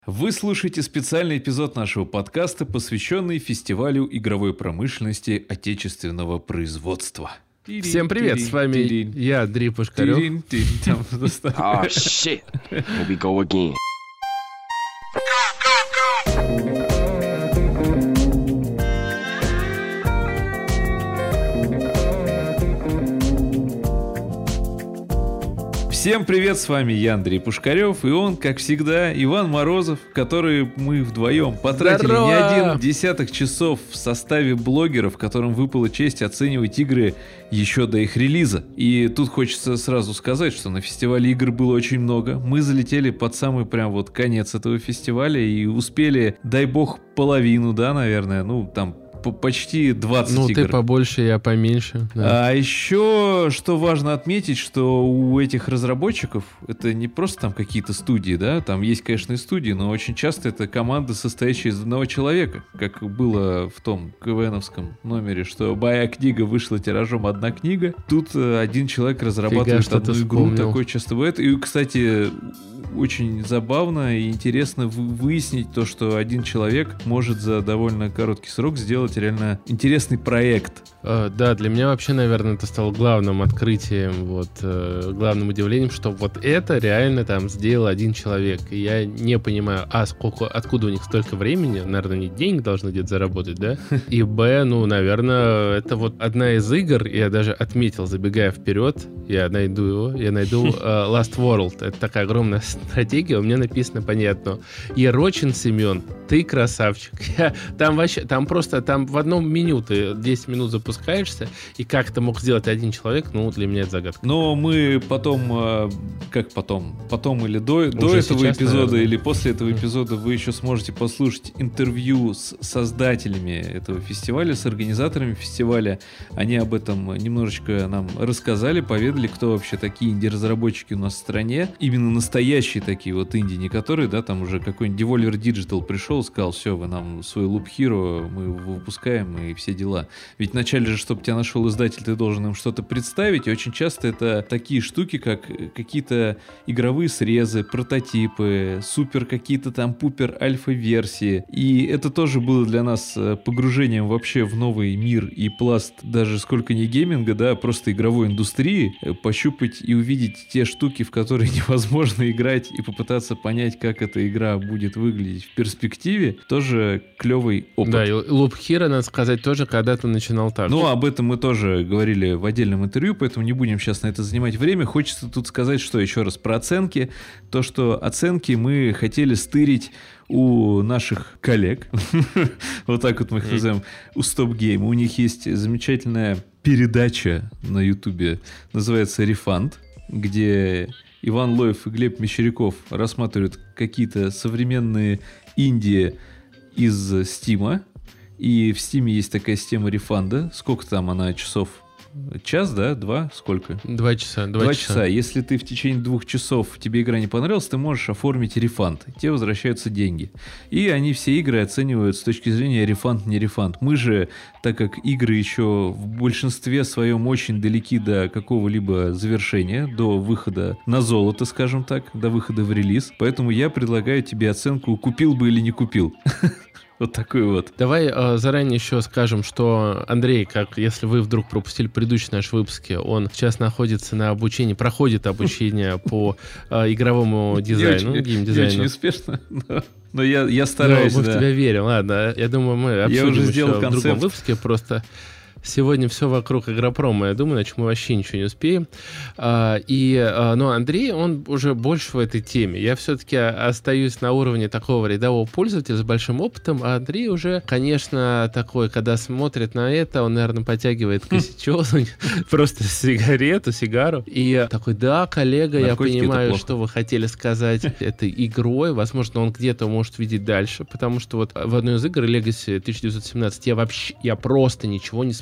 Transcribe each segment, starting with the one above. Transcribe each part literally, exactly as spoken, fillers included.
Вы слушаете специальный эпизод нашего подкаста, посвященный фестивалю игровой промышленности отечественного производства. Всем привет, с вами я, Андрей Пушкарев. Oh shit, here we go again. Всем привет, с вами я, Андрей Пушкарев, и он, как всегда, Иван Морозов, который мы вдвоем потратили Здорово! не один десяток часов в составе блогеров, которым выпала честь оценивать игры еще до их релиза. И тут хочется сразу сказать, что на фестивале игр было очень много. Мы залетели под самый прям вот конец этого фестиваля и успели, дай бог, половину, да, наверное, ну там... почти двадцать ну, игр. Ну, ты побольше, я поменьше. Да. А еще, что важно отметить, что у этих разработчиков это не просто там какие-то студии, да, там есть, конечно, и студии, но очень часто это команда, состоящая из одного человека, как было в том КВНовском номере, что «Моя книга вышла тиражом одна книга». Тут один человек разрабатывает Фига, одну игру, вспомнил. Такое часто бывает. И, кстати, очень забавно и интересно выяснить то, что один человек может за довольно короткий срок сделать реально интересный проект. Uh, да, для меня вообще, наверное, это стало главным открытием, вот, uh, главным удивлением, что вот это реально там сделал один человек. И я не понимаю, а, сколько, откуда у них столько времени, наверное, они денег должны где-то заработать, да? И, б, ну, наверное, это вот одна из игр, я даже отметил, забегая вперед, я найду его, я найду uh, Last World. Это такая огромная стратегия, у меня написано, понятно, Ерочин Семен, ты красавчик. Я, там вообще, там просто, там в одном меню ты десять минут запускаешь, спускаешься, и как это мог сделать один человек, ну, для меня это загадка. Но мы потом, как потом, потом или до, до этого сейчас, эпизода, наверное. или после этого эпизода вы еще сможете послушать интервью с создателями этого фестиваля, с организаторами фестиваля. Они об этом немножечко нам рассказали, поведали, кто вообще такие инди-разработчики у нас в стране. Именно настоящие такие вот инди, не которые, да, там уже какой-нибудь Devolver Digital пришел, сказал, все, вы нам свой Loop Hero, мы его выпускаем и все дела. Ведь вначале же, чтобы тебя нашел издатель, ты должен им что-то представить, и очень часто это такие штуки, как какие-то игровые срезы, прототипы, супер какие-то там пупер альфа-версии. И это тоже было для нас погружением вообще в новый мир и пласт даже сколько не гейминга, да, а просто игровой индустрии, пощупать и увидеть те штуки, в которые невозможно играть, и попытаться понять, как эта игра будет выглядеть в перспективе, тоже клевый опыт. Да, и Loop Hero, надо сказать, тоже когда-то начинал так. Ну, об этом мы тоже говорили в отдельном интервью, поэтому не будем сейчас на это занимать время. Хочется тут сказать, что еще раз про оценки. То, что оценки мы хотели стырить у наших коллег. Вот так вот мы их называем. У Stop Game. У них есть замечательная передача на Ютубе. Называется «Рефанд», где Иван Лоев и Глеб Мещеряков рассматривают какие-то современные инди из Стима. И в Стиме есть такая система рефанда. Сколько там она часов? Час, да? Два? Сколько? Два часа. Два, Два часа. часа. Если ты в течение двух часов тебе игра не понравилась, ты можешь оформить рефанд. Тебе возвращаются деньги. И они все игры оценивают с точки зрения рефанд, не рефанд. Мы же, так как игры еще в большинстве своем очень далеки до какого-либо завершения, до выхода на золото, скажем так, до выхода в релиз, поэтому я предлагаю тебе оценку «купил бы или не купил». Вот такой вот. Давай э, заранее еще скажем, что Андрей, как если вы вдруг пропустили предыдущие наши выпуски, он сейчас находится на обучении, проходит обучение по э, игровому дизайну, геймдизайну. Не очень успешно, но, но я, я стараюсь, но мы да. в тебя верим, ладно. Я думаю, мы обсудим я уже сделал еще концепт. в другом выпуске, просто... Сегодня все вокруг игропрома, я думаю, иначе мы вообще ничего не успеем. А, и, а, но Андрей, он уже больше в этой теме. Я все-таки остаюсь на уровне такого рядового пользователя с большим опытом, а Андрей уже, конечно, такой, когда смотрит на это, он, наверное, подтягивает косячок, просто сигарету, сигару. И такой, да, коллега, я понимаю, что вы хотели сказать этой игрой. Возможно, он где-то может видеть дальше, потому что вот в одной из игр Legacy тысяча девятьсот семнадцать я вообще, я просто ничего не смог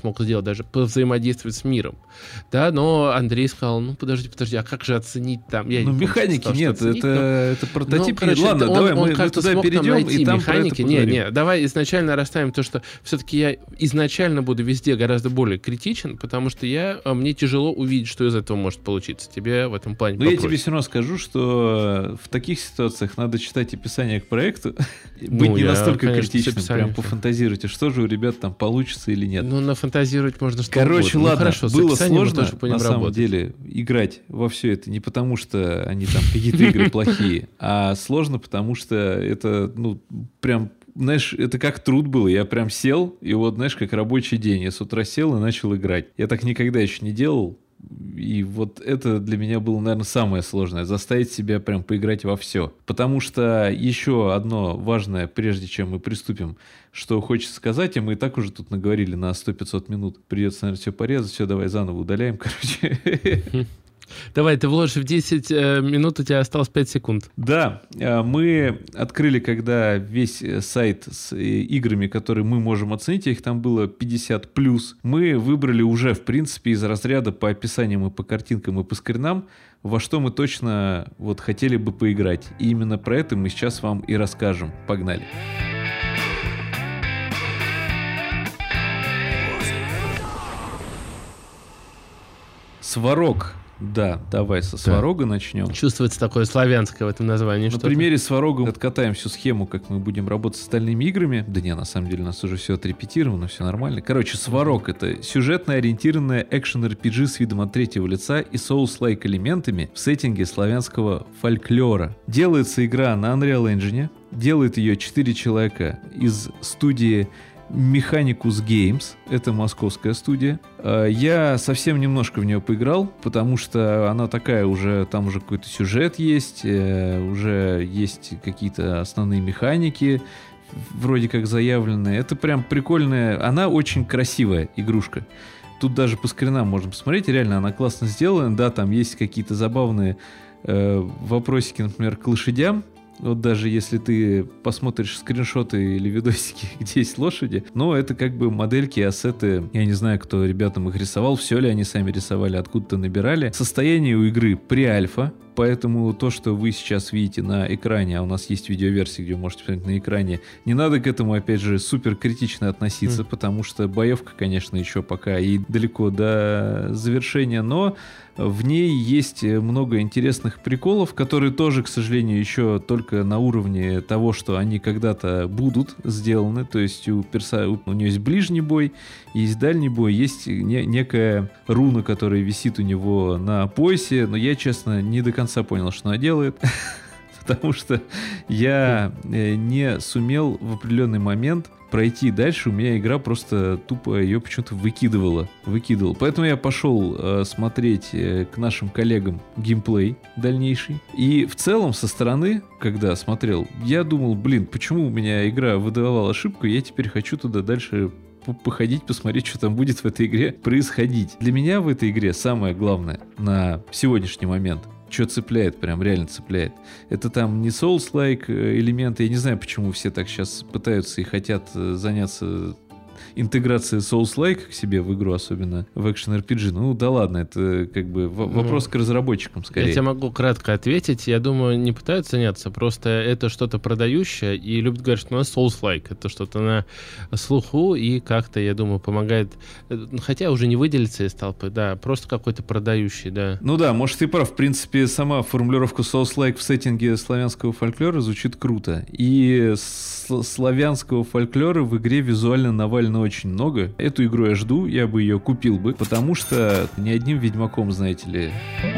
смог сделать, даже взаимодействовать с миром. Да, но Андрей сказал, ну, подожди, подожди, а как же оценить там? Я ну, не механики помню, нет, оценить, это, но... это прототип. Ну, короче, ладно, он, давай, он мы, мы туда перейдем, и там механики. про Не, это не, давай изначально расставим то, что все-таки я изначально буду везде гораздо более критичен, потому что я, мне тяжело увидеть, что из этого может получиться. Тебе в этом плане Но попроще. я тебе все равно скажу, что в таких ситуациях надо читать описание к проекту, ну, быть не я, настолько конечно, критичным, прям пофантазируйте, что же у ребят там получится или нет. Ну, нафантазировать можно что Короче, угодно. ладно, Ну, хорошо, было сложно, на самом работать. деле, играть во все это не потому, что они там какие-то игры плохие, а сложно, потому что это, ну, прям, знаешь, это как труд был. Я прям сел, и вот, знаешь, как рабочий день. Я с утра сел и начал играть. Я так никогда еще не делал. И вот это для меня было, наверное, самое сложное. Заставить себя прям поиграть во все. Потому что еще одно важное, прежде чем мы приступим, что хочется сказать, и мы и так уже тут наговорили на сто-пятьсот минут. Придется, наверное, все порезать. Все, давай заново удаляем, короче. Давай, ты вложишь в десять э, минут, у тебя осталось пять секунд. Да, мы открыли, когда весь сайт с играми, которые мы можем оценить, их там было пятьдесят плюс, мы выбрали уже, в принципе, из разряда по описаниям и по картинкам и по скринам, во что мы точно вот хотели бы поиграть. И именно про это мы сейчас вам и расскажем. Погнали. Сварог. Да, давай со Сварога да. начнем. Чувствуется такое славянское в этом названии. На что-то. примере Сварога откатаем всю схему, как мы будем работать с остальными играми. Да не, на самом деле у нас уже все отрепетировано, все нормально. Короче, Сварог — это сюжетно-ориентированная экшен-эр пи джи с видом от третьего лица и соус-лайк элементами в сеттинге славянского фольклора. Делается игра на Unreal Engine. Делает ее четыре человека из студии Mechanicus Games, это московская студия. Я совсем немножко в нее поиграл, потому что она такая уже, там уже какой-то сюжет есть, уже есть какие-то основные механики, вроде как заявленные. Это прям прикольная, она очень красивая игрушка. Тут даже по скринам можно посмотреть, реально она классно сделана. Да, там есть какие-то забавные э, вопросики, например, к лошадям. Вот даже если ты посмотришь скриншоты или видосики, где есть лошади, но это как бы модельки, ассеты. Я не знаю, кто ребятам их рисовал, все ли они сами рисовали, откуда-то набирали. Состояние у игры pre-альфа, поэтому то, что вы сейчас видите на экране, а у нас есть видеоверсия, где вы можете посмотреть на экране, не надо к этому, опять же, супер критично относиться, mm. потому что боевка, конечно, еще пока и далеко до завершения, но в ней есть много интересных приколов, которые тоже, к сожалению, еще только на уровне того, что они когда-то будут сделаны. То есть у, перса... у нее есть ближний бой, есть дальний бой, есть не... некая руна, которая висит у него на поясе, но я, честно, не до конца понял, что она делает. Потому что я не сумел в определенный момент пройти дальше, у меня игра просто тупо ее почему-то выкидывала. выкидывала. Поэтому я пошел э, смотреть э, к нашим коллегам геймплей дальнейший. И в целом со стороны, когда смотрел, я думал, блин, почему у меня игра выдавала ошибку, я теперь хочу туда дальше походить, посмотреть, что там будет в этой игре происходить. Для меня в этой игре самое главное на сегодняшний момент, что цепляет, прям реально цепляет. Это там не Souls-like элементы. Я не знаю, почему все так сейчас пытаются и хотят заняться интеграцией Souls-like к себе в игру, особенно в экшен-эр пи джи. Ну да ладно, это как бы в- вопрос ну, к разработчикам скорее. Я тебе могу кратко ответить. Я думаю, не пытаются заняться, просто это что-то продающее, и любят говорить, что у нас Souls-like. Это что-то на слуху, и как-то, я думаю, помогает, хотя уже не выделиться из толпы, да, просто какой-то продающий, да. Ну да, может ты прав. В принципе, сама формулировка Souls-like в сеттинге славянского фольклора звучит круто. И с- славянского фольклора в игре визуально навалено очень много. Эту игру я жду, я бы ее купил бы, потому что ни одним ведьмаком, знаете ли...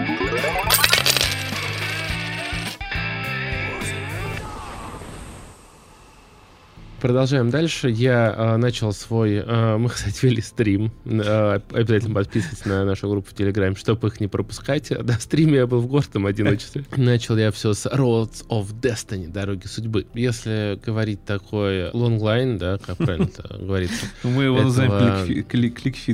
Продолжаем дальше. Я э, начал свой... Э, мы, кстати, вели стрим. Э, обязательно подписывайтесь на нашу группу в Телеграме, чтобы их не пропускать. До стрима я был в гордом одиночестве. Начал я все с Roads of Destiny, Дороги судьбы. Если говорить такой лонглайн, да, как правильно это говорится. Мы его называем кликфингер.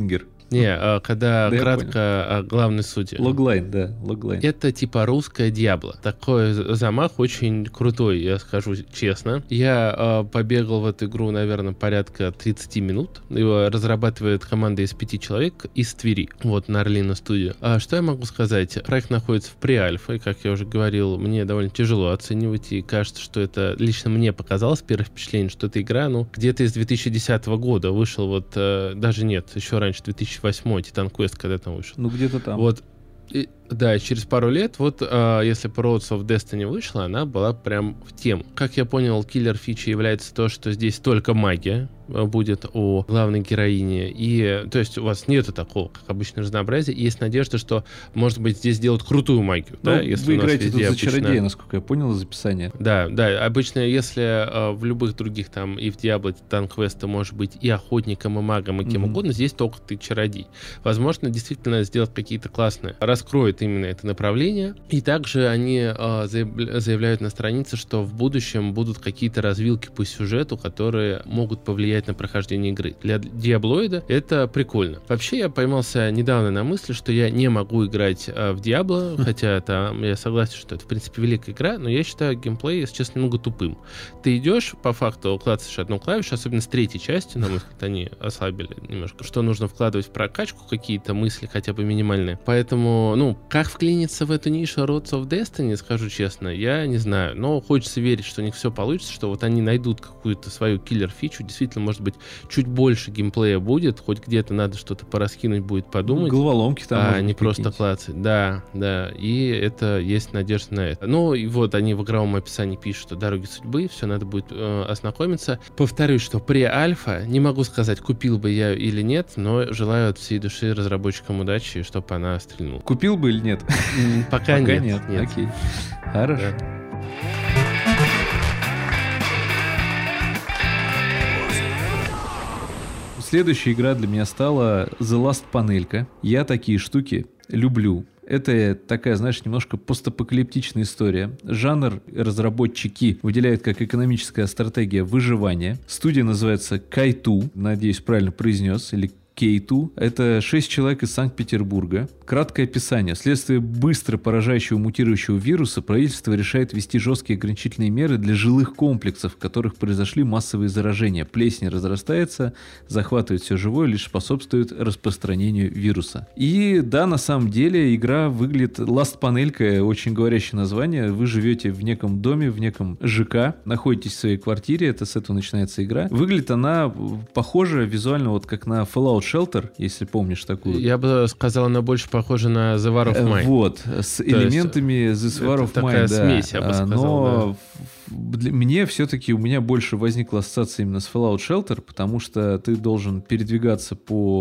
Не, когда да кратко о главной сути. Логлайн, да, логлайн. Это типа русская Диабло. Такой замах очень крутой, я скажу честно. Я э, побегал в эту игру, наверное, порядка тридцать минут. Его разрабатывает команда из пяти человек из Твери, вот, на Орлино студию. А что я могу сказать? Проект находится в pre-альфа, как я уже говорил, мне довольно тяжело оценивать, и кажется, что это, лично мне показалось, первое впечатление, что эта игра, ну, где-то из две тысячи десятого года вышел, вот, э, даже нет, еще раньше, две тысячи восьмой, Titan Quest, когда там вышел. Ну, где-то там. Вот. И, да, через пару лет, вот э, если Roads of Destiny вышла, она была прям в тему. Как я понял, киллер фичи является то, что здесь только магия будет у главной героини. И, то есть у вас нету такого, как обычно, разнообразия. И есть надежда, что, может быть, здесь сделают крутую магию. Ну, да, если вы играете тут за обычно... чародея, насколько я понял из описания. Да, да. Обычно, если э, в любых других, там, и в Diablo, Titan Quest ты можешь быть и охотником, и магом, и кем mm-hmm. угодно, здесь только ты чародей. Возможно, действительно сделать какие-то классные, раскроет именно это направление. И также они э, заявляют на странице, что в будущем будут какие-то развилки по сюжету, которые могут повлиять на прохождение игры. Для диаблоида это прикольно. Вообще, я поймался недавно на мысли, что я не могу играть э, в Diablo, хотя там я согласен, что это, в принципе, великая игра, но я считаю геймплей, если честно, немного тупым. Ты идешь, по факту, клацаешь одну клавишу, особенно с третьей части, на мой взгляд, они ослабили немножко, что нужно вкладывать в прокачку, какие-то мысли, хотя бы минимальные. Поэтому, ну, как вклиниться в эту нишу Roads of Destiny, скажу честно, я не знаю, но хочется верить, что у них все получится, что вот они найдут какую-то свою киллер-фичу, действительно, может быть, чуть больше геймплея будет, хоть где-то надо что-то пораскинуть будет, подумать. Головоломки там. А не просто клацать. Да, да, и это есть надежда на это. Ну, и вот они в игровом описании пишут, что дороги судьбы, все надо будет э, ознакомиться. Повторюсь, что pre-альфа, не могу сказать, купил бы я или нет, но желаю от всей души разработчикам удачи, чтобы она стрельнула. Купил бы или нет? Пока нет. нет. Окей. Хорошо. Следующая игра для меня стала The Last Панелька. Я такие штуки люблю. Это такая, знаешь, немножко постапокалиптичная история. Жанр разработчики выделяют как экономическая стратегия выживания. Студия называется Кайту, надеюсь, правильно произнес, или Кейту. Это шесть человек из Санкт-Петербурга. Краткое описание. Вследствие быстро поражающего мутирующего вируса правительство решает ввести жесткие ограничительные меры для жилых комплексов, в которых произошли массовые заражения. Плесень разрастается, захватывает все живое, лишь способствует распространению вируса. И да, на самом деле игра выглядит... Last Панелька, очень говорящее название. Вы живете в неком доме, в неком ЖК, находитесь в своей квартире, это с этого начинается игра. Выглядит она похожа визуально вот как на Fallout Shelter, если помнишь такую. Я бы сказал, она больше похожа на The War of Mine. Вот, с То элементами The War of Mine, такая да. смесь, я бы сказал. Но да. Для, мне все-таки, у меня больше возникла ассоциация именно с Fallout Shelter, потому что ты должен передвигаться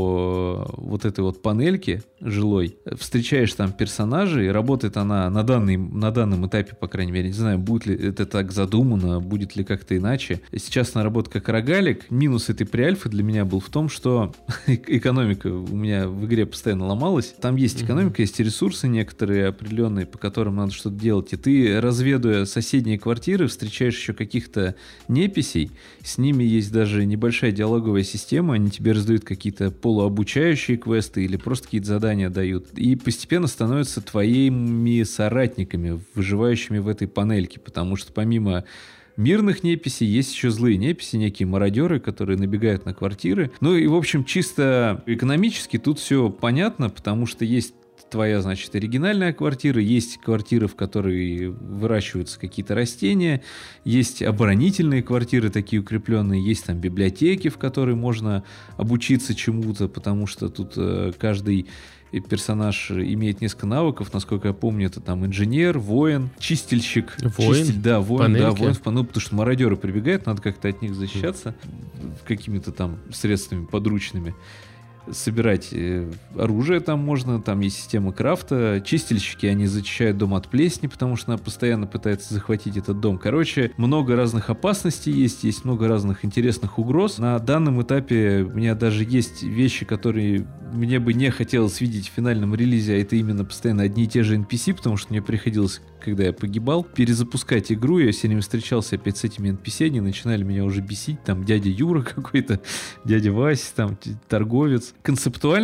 по вот этой вот панельке жилой, встречаешь там персонажей, работает она на, данный, на данном этапе, по крайней мере, не знаю, будет ли это так задумано, будет ли как-то иначе. Сейчас она работает как рогалик. Минус этой преальфы для меня был в том, что экономика у меня в игре постоянно ломалась. Там есть экономика, есть ресурсы некоторые определенные, по которым надо что-то делать, и ты, разведывая соседние квартиры, встречаешь еще каких-то неписей, с ними есть даже небольшая диалоговая система, они тебе раздают какие-то полуобучающие квесты или просто какие-то задания дают, и постепенно становятся твоими соратниками, выживающими в этой панельке, потому что помимо мирных неписей есть еще злые неписи, некие мародеры, которые набегают на квартиры. Ну и, в общем, чисто экономически тут все понятно, потому что есть твоя, значит, оригинальная квартира, есть квартиры, в которые выращиваются какие-то растения, есть оборонительные квартиры, такие укрепленные, есть там библиотеки, в которые можно обучиться чему-то, потому что тут э, каждый персонаж имеет несколько навыков, насколько я помню, это там инженер, воин, чистильщик. Воин? Чистиль, да, воин, Панельки? да, воин. Ну, потому что мародеры прибегают, надо как-то от них защищаться какими-то там средствами подручными. Собирать э, оружие там можно, там есть система крафта. Чистильщики, они зачищают дом от плесени, потому что она постоянно пытается захватить этот дом. Короче, много разных опасностей есть, есть много разных интересных угроз. На данном этапе у меня даже есть вещи, которые мне бы не хотелось видеть в финальном релизе, а это именно постоянно одни и те же эн пи си, потому что мне приходилось, когда я погибал, перезапускать игру. Я все время встречался опять с этими эн пи си, они начинали меня уже бесить. Там дядя Юра какой-то, дядя Вася, там торговец. Концептуально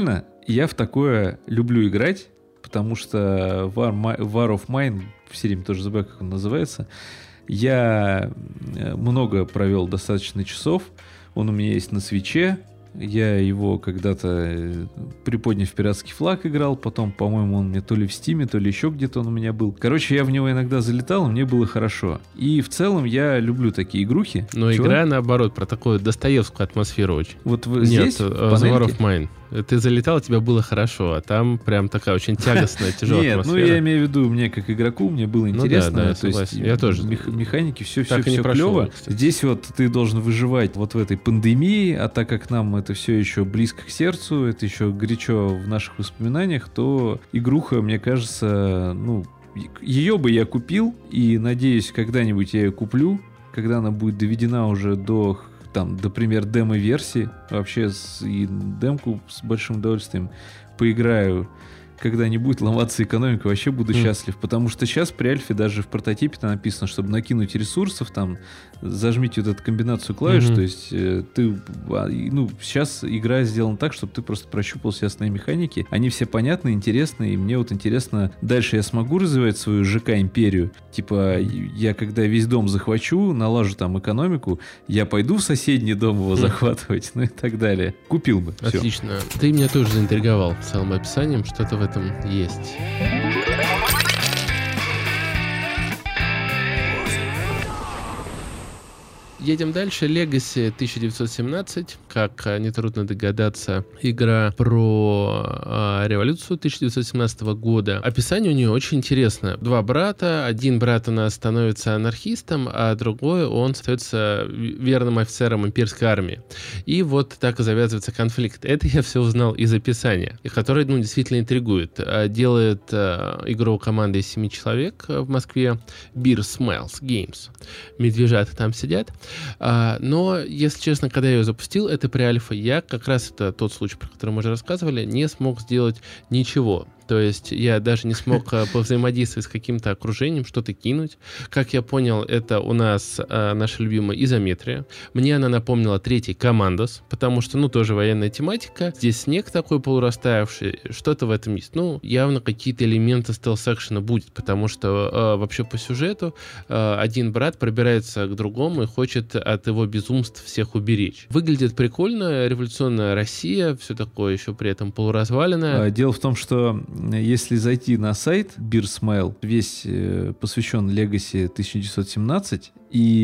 я в такое люблю играть, потому что War, War of Mine, все время тоже забываю, как он называется, я много провел достаточно часов, он у меня есть на свитче, я его когда-то приподняв пиратский флаг играл, потом, по-моему, он мне то ли в Стиме, то ли еще где-то он у меня был. Короче, я в него иногда залетал, и мне было хорошо. И в целом я люблю такие игрухи. Но Чего? Игра, наоборот, про такую достоевскую атмосферу очень. Вот Нет, здесь, в The War of Mine. Ты залетал, тебе было хорошо, а там прям такая очень тягостная, тяжелая Нет, атмосфера. ну я имею в виду, мне как игроку, мне было интересно. Ну, да, да, то есть я тоже. Мех- механики, все, все, так все клево. Кстати. Здесь вот ты должен выживать вот в этой пандемии, а так как нам это все еще близко к сердцу, это еще горячо в наших воспоминаниях, то игруха, мне кажется, ну, ее бы я купил, и надеюсь, когда-нибудь я ее куплю, когда она будет доведена уже до... там, например, демо-версии. Вообще с, и демку с большим удовольствием поиграю. Когда не будет ломаться экономика, вообще буду mm. счастлив. Потому что сейчас при Альфе даже в прототипе там написано, чтобы накинуть ресурсов, там, зажмите вот эту комбинацию клавиш. Mm-hmm. То есть э, ты... Ну, сейчас игра сделана так, чтобы ты просто прощупал все основные механики. Они все понятны, интересны. И мне вот интересно, дальше я смогу развивать свою ЖК-империю. Типа, я когда весь дом захвачу, налажу там экономику, я пойду в соседний дом его mm. захватывать, ну и так далее. Купил бы. Отлично. Все. Ты меня тоже заинтриговал целым описанием, что-то в этом есть. Едем дальше. Legacy тысяча девятьсот семнадцать. Как нетрудно догадаться, игра про э, революцию тысяча девятьсот семнадцатого года. Описание у нее очень интересное. Два брата. Один брат у нас становится анархистом, а другой он остается верным офицером имперской армии. И вот так и завязывается конфликт. Это я все узнал из описания, которое, ну, действительно интригует. Делает э, игру команда из семи человек в Москве. Beer Smiles Games. Медвежата там сидят. А, но, если честно, когда я ее запустил, это при альфа, я как раз, это тот случай, про который мы уже рассказывали, не смог сделать ничего. То есть я даже не смог повзаимодействовать с каким-то окружением, что-то кинуть. Как я понял, это у нас а, наша любимая изометрия. Мне она напомнила третий Командос, потому что, ну, тоже военная тематика. Здесь снег такой полурастаявший, что-то в этом есть. Ну, явно какие-то элементы стелс-экшена будет, потому что а, вообще по сюжету а, один брат пробирается к другому и хочет от его безумств всех уберечь. Выглядит прикольно, революционная Россия, все такое еще при этом полуразваленное. Дело в том, что если зайти на сайт Beer Smile, весь э, посвящен Legacy тысяча девятьсот семнадцать,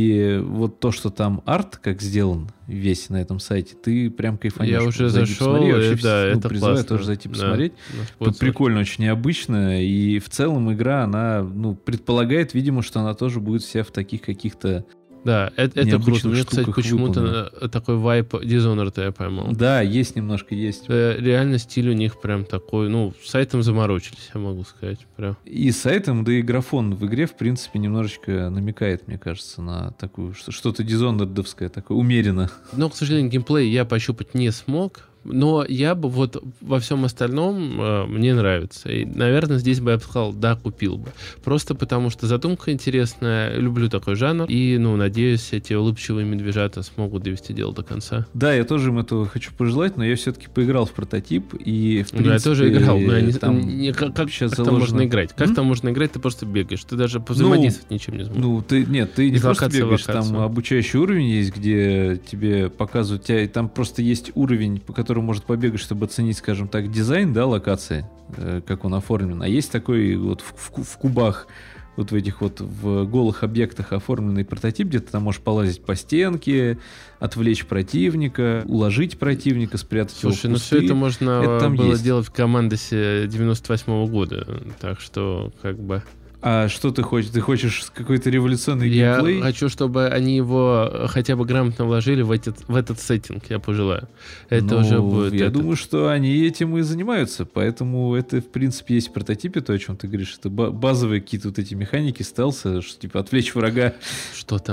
и вот то, что там арт, как сделан весь на этом сайте, ты прям кайфанешь. Я уже зашел, посмотри, вообще, и, да, ну, это призываю классно. тоже зайти посмотреть. Да, Тут прикольно, очень необычно, и в целом игра, она, ну, предполагает, видимо, что она тоже будет вся в таких каких-то Да, это, это круто. Мне, кстати, почему-то выполнено. Такой вайп Dishonored я поймал. Да, есть немножко, есть. Реально стиль у них прям такой, ну, с сайтом заморочились, я могу сказать. Прям. И с сайтом, да и графон в игре, в принципе, немножечко намекает, мне кажется, на такую, что-то Dishonored-овское, такое, умеренно. Но, к сожалению, геймплей я пощупать не смог. Но я бы вот во всем остальном э, мне нравится. И, наверное, здесь бы я бы сказал, да, купил бы. Просто потому что задумка интересная, люблю такой жанр. И, ну, надеюсь, эти улыбчивые медвежата смогут довести дело до конца. Да, я тоже им этого хочу пожелать, но я все-таки поиграл в прототип. И, в принципе, ну, я тоже играл, но я не, там, не, как, как, как заложено... там можно играть? Как М? там можно играть? Ты просто бегаешь. Ты даже повзаимодействовать ну, ничем не сможешь. Ну, ты, нет, ты не Из просто локации бегаешь. локацию. Там обучающий уровень есть, где тебе показывают... Тебя, там просто есть уровень, по которому может побегать, чтобы оценить, скажем так, дизайн, да, локации, э, как он оформлен. А есть такой вот в, в, в кубах, вот в этих вот в голых объектах оформленный прототип, где ты там можешь полазить по стенке, отвлечь противника, уложить противника, спрятать Слушай, его в кусты. ну все это можно это там было есть. делать в Командосе девяносто восьмого года, так что как бы... А что ты хочешь? Ты хочешь какой-то революционный я геймплей? Я хочу, чтобы они его хотя бы грамотно вложили в этот, в этот сеттинг, я пожелаю. Это ну, уже будет... Я это... думаю, что они этим и занимаются, поэтому это, в принципе, есть в прототипе, то, о чем ты говоришь. Это базовые какие-то вот эти механики стелса, что, типа, отвлечь врага. Что там?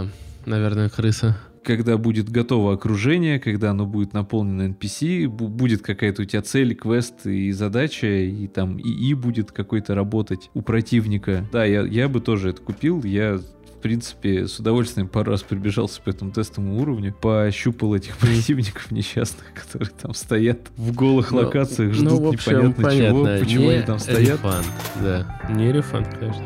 наверное, крыса. Когда будет готово окружение, когда оно будет наполнено эн пи си, будет какая-то у тебя цель, квест и задача, и там ИИ будет какой-то работать у противника. Да, я, я бы тоже это купил. Я, в принципе, с удовольствием пару раз прибежался по этому тестовому уровню, пощупал этих противников несчастных, которые там стоят в голых ну, локациях, ждут ну, в общем, непонятно понятно. чего, почему не они там стоят. Рефанд, да, не рефанд, конечно.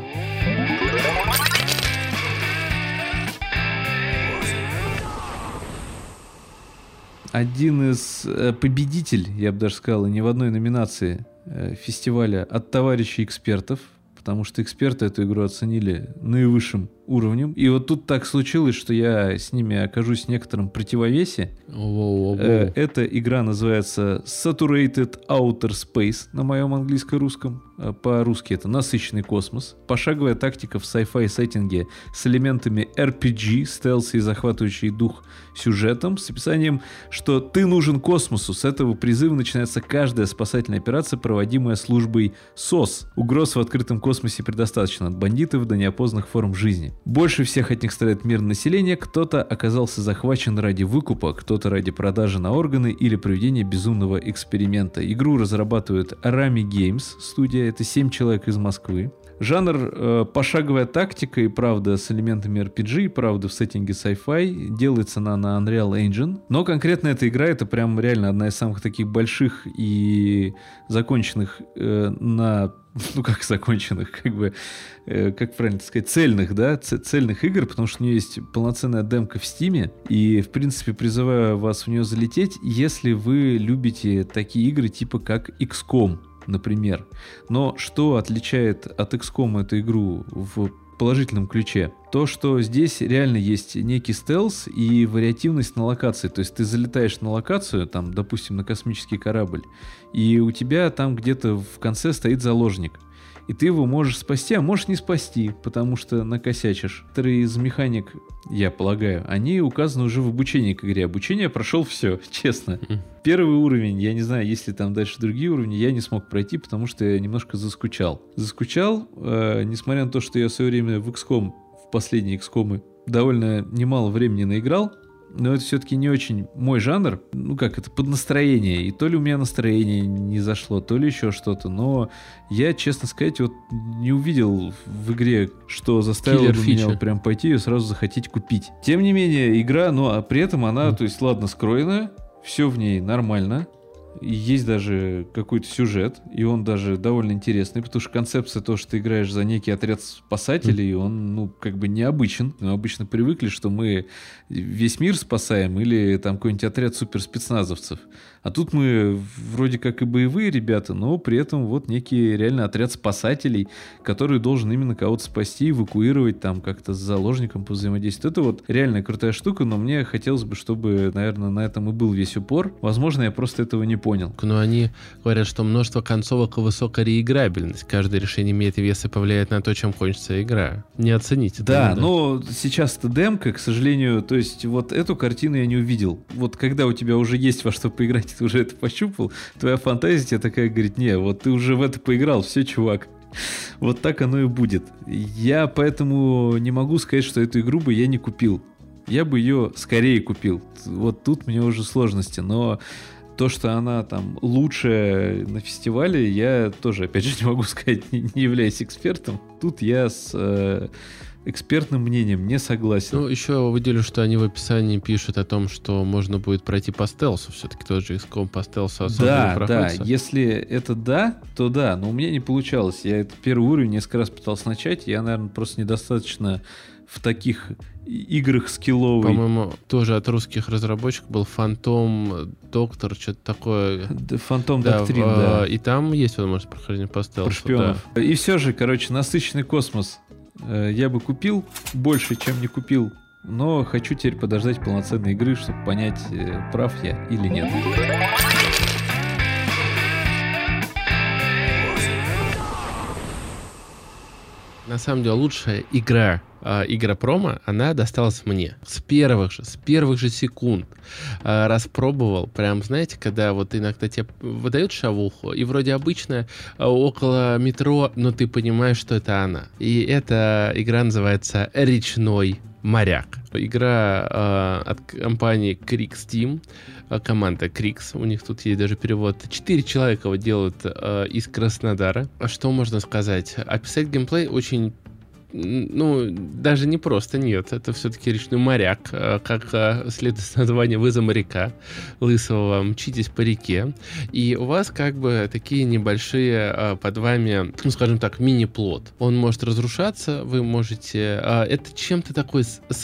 Один из э, победителей, я бы даже сказал, и не в одной номинации э, фестиваля от товарищей экспертов, потому что эксперты эту игру оценили наивысшим уровнем. И вот тут так случилось, что я с ними окажусь в некотором противовесе. Воу-воу-воу. Э, эта игра называется Saturated Outer Space на моем английско-русском. Э, по-русски это насыщенный космос. Пошаговая тактика в sci-fi сеттинге с элементами эр пи джи, стелс и захватывающий дух сюжетом, с описанием, что ты нужен космосу. С этого призыва начинается каждая спасательная операция, проводимая службой СОС. Угроз в открытом космосе предостаточно, от бандитов до неопознанных форм жизни. Больше всех от них страдает мирное население. Кто-то оказался захвачен ради выкупа, кто-то ради продажи на органы или проведения безумного эксперимента. Игру разрабатывают Arami Games студия, это семь человек из Москвы. Жанр э, пошаговая тактика и правда с элементами эр пи джи, и правда в сеттинге sci-fi, делается она на Unreal Engine. Но конкретно эта игра это прям реально одна из самых таких больших и законченных э, на... Ну, как законченных, как бы, э, как правильно сказать, цельных, да, ц- цельных игр, потому что у нее есть полноценная демка в Стиме, и, в принципе, призываю вас в нее залететь, если вы любите такие игры типа как икс ком, например. Но что отличает от икс ком эту игру в положительном ключе? То, что здесь реально есть некий стелс и вариативность на локации. То есть ты залетаешь на локацию, там, допустим, на космический корабль, и у тебя там где-то в конце стоит заложник. И ты его можешь спасти, а можешь не спасти, потому что накосячишь. Некоторые из механик, я полагаю, они указаны уже в обучении к игре. Обучение прошел все, честно. Первый уровень, я не знаю, есть ли там дальше другие уровни, я не смог пройти, потому что я немножко заскучал. Заскучал, э, несмотря на то, что я в свое время в икс ком, в последние икс комы, довольно немало времени наиграл, но это все-таки не очень мой жанр, ну как это, под настроение, и то ли у меня настроение не зашло, то ли еще что-то, но я, честно сказать, вот не увидел в игре, что заставило бы меня вот прям пойти и сразу захотеть купить. Тем не менее, игра, ну а при этом она, mm. то есть, ладно, скроена, все в ней нормально, и есть даже какой-то сюжет, и он даже довольно интересный, потому что концепция того, что ты играешь за некий отряд спасателей, он, ну, как бы необычен. Мы обычно привыкли, что мы весь мир спасаем или там какой-нибудь отряд суперспецназовцев. А тут мы вроде как и боевые ребята, но при этом вот некий реально отряд спасателей, который должен именно кого-то спасти, эвакуировать, там как-то с заложником повзаимодействовать. Это вот реально крутая штука, но мне хотелось бы, чтобы, наверное, на этом и был весь упор. Возможно, я просто этого не понял. Но они говорят, что множество концовок и высокая реиграбельность. Каждое решение имеет вес и повлияет на то, чем кончится игра. Не оцените. Да, но сейчас это демка, к сожалению, то есть вот эту картину я не увидел. Вот когда у тебя уже есть во что поиграть, ты уже это пощупал, твоя фантазия тебе такая говорит: не, вот ты уже в это поиграл, все, чувак. Вот так оно и будет. Я поэтому не могу сказать, что эту игру бы я не купил. Я бы ее скорее купил. Вот тут мне уже сложности, но то, что она там лучшая на фестивале, я тоже, опять же, не могу сказать, не, не являюсь экспертом. Тут я с э, экспертным мнением не согласен. Ну, еще выделю, что они в описании пишут о том, что можно будет пройти по стелсу. Все-таки тот же икс ком по стелсу особо да, не проходится. Да, если это да, то да, но у меня не получалось. Я этот первый уровень несколько раз пытался начать, я, наверное, просто недостаточно в таких играх скилловый. По-моему, тоже от русских разработчиков был Фантом Доктор, что-то такое. Фантом Доктрин, да, да. И там есть возможность прохождения по стелсу. Про шпионов. Да. И все же, короче, насыщенный космос я бы купил больше, чем не купил, но хочу теперь подождать полноценной игры, чтобы понять, прав я или нет. На самом деле, лучшая игра, э, игра промо, она досталась мне. С первых же, с первых же секунд э, распробовал. Прям, знаете, когда вот иногда тебе выдают шавуху, и вроде обычно э, около метро, но ты понимаешь, что это она. И эта игра называется «Речной «Моряк». Игра э, от компании Krix Team, э, команда Krix, у них тут есть даже перевод. Четыре человека его делают э, из Краснодара. Что можно сказать? Описать геймплей очень... Ну, даже не просто, нет. Это все-таки речной моряк. Как следует из названия, вы за моряка лысого мчитесь по реке. И у вас как бы такие небольшие под вами, ну, скажем так, мини-плот. Он может разрушаться, вы можете... Это чем-то такой...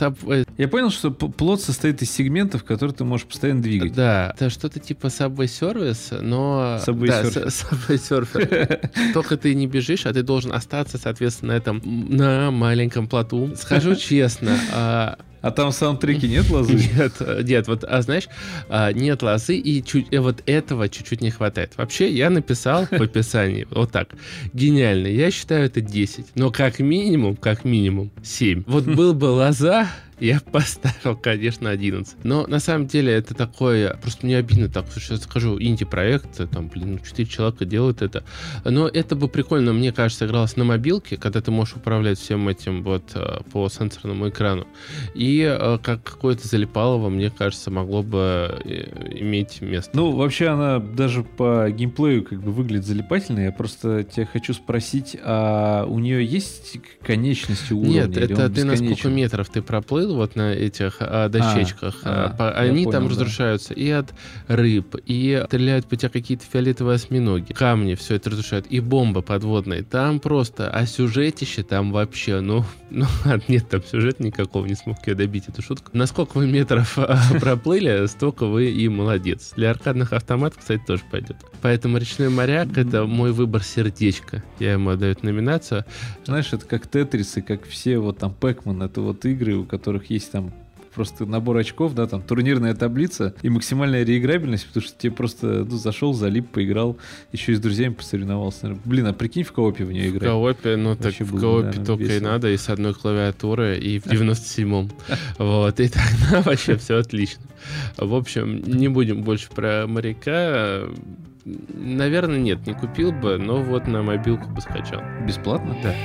Я понял, что плот состоит из сегментов, которые ты можешь постоянно двигать. Да, это что-то типа Subway Surface, но... Subway да, Surfer. Subway Surfer. Только ты не бежишь, а ты должен остаться, соответственно, на этом... на маленьком плоту. Скажу честно. А, а там в саундтреке нет лозы? Нет, нет, вот, а знаешь, а, нет лозы, и чуть, и вот этого чуть-чуть не хватает. Вообще, я написал в описании вот так. Гениально. Я считаю, это десять. Но как минимум, как минимум, семь. Вот был бы лоза, я поставил, конечно, одиннадцать. Но на самом деле это такое, просто мне обидно так, что я скажу, инди-проект, там, блин, четыре человека делают это. Но это бы прикольно, мне кажется, игралось на мобилке, когда ты можешь управлять всем этим вот по сенсорному экрану. И как какое-то залипалово, мне кажется, могло бы иметь место. Ну, вообще она даже по геймплею как бы выглядит залипательно. Я просто тебя хочу спросить, а у нее есть конечности уровня? Нет, это ты на сколько метров ты проплыл вот на этих а, дощечках. А, а, они там понял, разрушаются да. и от рыб, и стреляют по тебе какие-то фиолетовые осьминоги. Камни все это разрушают. И бомбы подводные. Там просто, а сюжетище там вообще, ну, ну нет там сюжета никакого, не смог я добить эту шутку. На сколько вы метров проплыли, столько вы и молодец. Для аркадных автоматов, кстати, тоже пойдет. Поэтому «Речной моряк» — это мой выбор сердечко. Я ему отдаю номинацию. Знаешь, это как Тетрис и как все вот там Пэкман. Это вот игры, у которых есть там просто набор очков, да, там турнирная таблица и максимальная реиграбельность, потому что тебе просто, ну, зашел, залип, поиграл, еще и с друзьями посоревновался. Блин, а прикинь, в коопе в нее играть. В коопе, ну так в коопе только весело. И надо, и с одной клавиатуры, и в девяносто седьмом. Вот, и тогда вообще все отлично. В общем, не будем больше про моряка. Наверное, нет, не купил бы, но вот на мобилку бы скачал. Бесплатно? Да.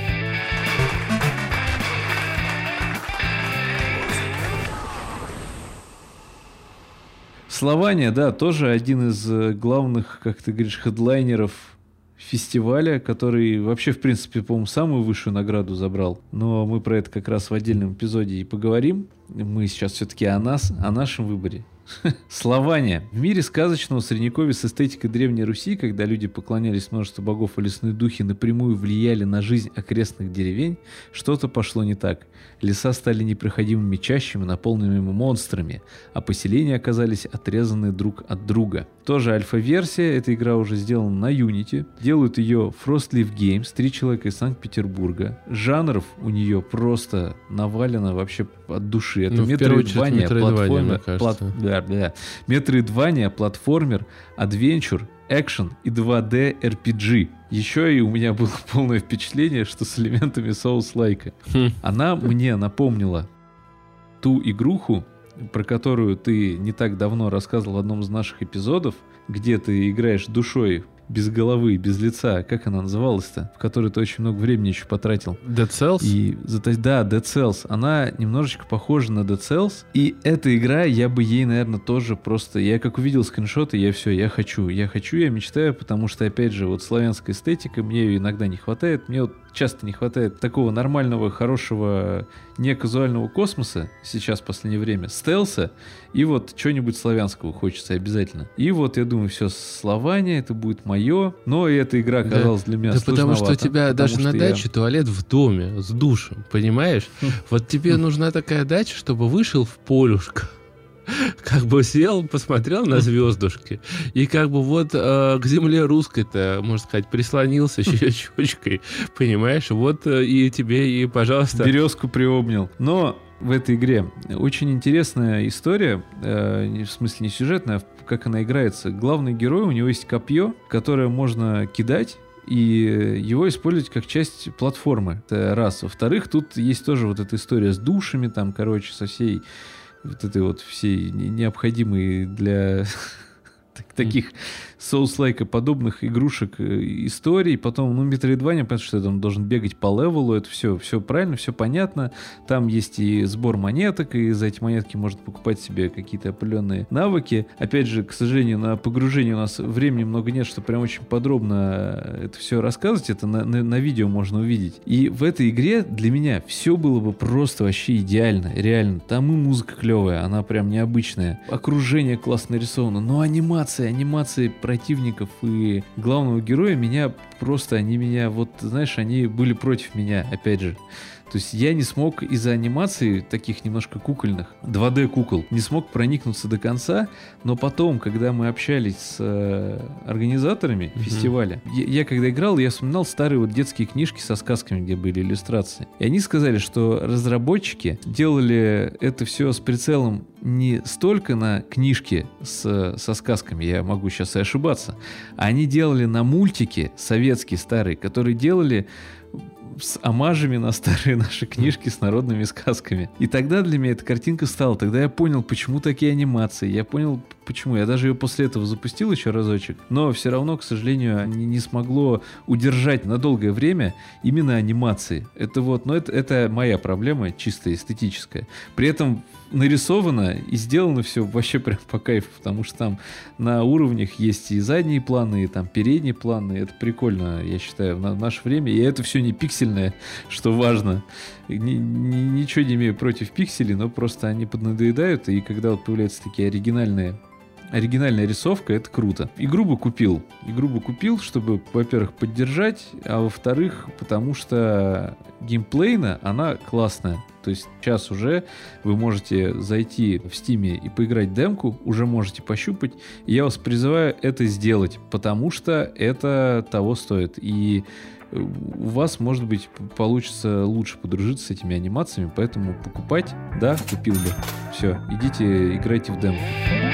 Слования, да, тоже один из главных, как ты говоришь, хедлайнеров фестиваля, который вообще, в принципе, по-моему, самую высшую награду забрал. Но мы про это как раз в отдельном эпизоде и поговорим. Мы сейчас все-таки о нас, о нашем выборе. Слования. В мире сказочного средневековья с эстетикой Древней Руси, когда люди поклонялись множеству богов, и лесные духи напрямую влияли на жизнь окрестных деревень, что-то пошло не так. Леса стали непроходимыми чащами, наполненными монстрами, а поселения оказались отрезаны друг от друга. Тоже альфа-версия, эта игра уже сделана на Unity. Делают ее Frostleaf Games, три человека из Санкт-Петербурга. Жанров у нее просто навалено вообще от души. Это ну, метроидвания, платформер, плат... да, да. метроидвания, платформер, адвенчур, экшен и два дэ эр пи джи. Еще и у меня было полное впечатление, что с элементами Souls-like. Хм. Она мне напомнила ту игруху, про которую ты не так давно рассказывал в одном из наших эпизодов, где ты играешь душой без головы, без лица. Как она называлась-то? В которой ты очень много времени еще потратил. Dead Cells? И, да, Dead Cells. Она немножечко похожа на Dead Cells. И эта игра, я бы ей, наверное, тоже просто... Я как увидел скриншоты, я все, я хочу. Я хочу, я мечтаю, потому что, опять же, вот славянская эстетика, мне ее иногда не хватает. Мне вот часто не хватает такого нормального, хорошего, не казуального космоса сейчас в последнее время, стелса, и вот что-нибудь славянского хочется обязательно. И вот я думаю, все, Слования, это будет мое, но и эта игра оказалась да, для меня да сложновато. Потому что у тебя даже на даче я... туалет в доме с душем, понимаешь? Вот тебе нужна такая дача, чтобы вышел в полюшко. Как бы сел, посмотрел на звездушки и как бы вот э, к земле русской-то, можно сказать, прислонился щечкой, понимаешь? Вот э, и тебе, и, пожалуйста... Березку приобнял. Но в этой игре очень интересная история, э, в смысле не сюжетная, а как она играется. Главный герой, у него есть копье, которое можно кидать, и его использовать как часть платформы. Это раз. Во-вторых, тут есть тоже вот эта история с душами, там, короче, со всей... вот этой вот всей необходимой для, так таких соус-лайка подобных игрушек, историй. Потом, ну, Metroidvania, понятно, что ты там должен бегать по левелу, это все, все правильно, все понятно. Там есть и сбор монеток, и за эти монетки можно покупать себе какие-то определенные навыки. Опять же, к сожалению, на погружение у нас времени много нет, чтобы прям очень подробно это все рассказывать. Это на, на, на видео можно увидеть. И в этой игре для меня все было бы просто вообще идеально, реально. Там и музыка клевая, она прям необычная. Окружение классно нарисовано, но анимация, анимации противников и главного героя меня просто, они меня, вот, знаешь, они были против меня, опять же. То есть я не смог из-за анимации таких немножко кукольных, два дэ кукол, не смог проникнуться до конца, но потом, когда мы общались с э, организаторами mm-hmm. фестиваля, я, я когда играл, я вспоминал старые вот детские книжки со сказками, где были иллюстрации. И они сказали, что разработчики делали это все с прицелом не столько на книжки с, со сказками, я могу сейчас и ошибаться, а они делали на мультики советские старые, которые делали с омажами на старые наши книжки с народными сказками. И тогда для меня эта картинка стала. Тогда я понял, почему такие анимации. Я понял, почему. Я даже ее после этого запустил еще разочек. Но все равно, к сожалению, не, не смогло удержать на долгое время именно анимации. Это вот, но это, это моя проблема, чисто эстетическая. При этом нарисовано и сделано все вообще прям по кайфу, потому что там на уровнях есть и задние планы, и там передние планы. Это прикольно, я считаю, в наше время. И это все не пиксельное, что важно. Ни, ни, ничего не имею против пикселей, но просто они поднадоедают, и когда вот появляются такие оригинальные оригинальная рисовка, это круто. Игру бы купил. Игру бы купил, чтобы, во-первых, поддержать, а во-вторых, потому что геймплейно она классная. То есть сейчас уже вы можете зайти в Steam и поиграть демку, уже можете пощупать. И я вас призываю это сделать, потому что это того стоит. И у вас, может быть, получится лучше подружиться с этими анимациями, поэтому покупать, да, купил бы. Все, идите, играйте в демку.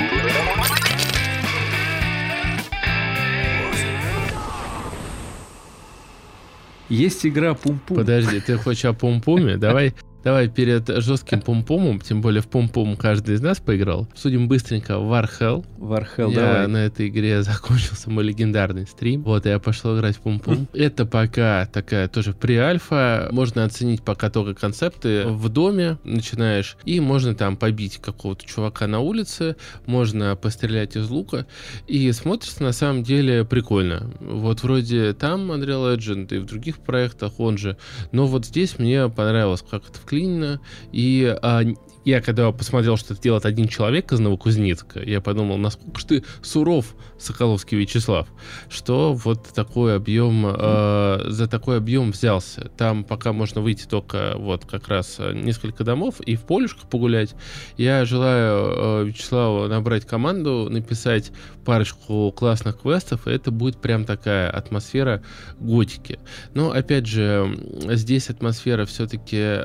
Есть игра Пум-Пум. Подожди, ты хочешь о Пум-Пуме? Давай... Давай перед жестким пум-пумом, тем более в пум-пум каждый из нас поиграл, судим быстренько Warhell. Warhell, я давай. На этой игре закончился мой легендарный стрим. Вот, я пошел играть в пум-пум. Это пока такая тоже pre-альфа. Можно оценить пока только концепты. В доме начинаешь, и можно там побить какого-то чувака на улице, можно пострелять из лука, и смотрится на самом деле прикольно. Вот вроде там Unreal Engine и в других проектах он же. Но вот здесь мне понравилось, как это вклинено. И а, я когда посмотрел, что это делает один человек из Новокузнецка, я подумал, насколько же ты суров, Соколовский Вячеслав, что вот такой объем, э, за такой объем взялся. Там пока можно выйти только вот как раз несколько домов и в полюшках погулять. Я желаю э, Вячеславу набрать команду, написать парочку классных квестов, и это будет прям такая атмосфера готики. Но опять же, здесь атмосфера все-таки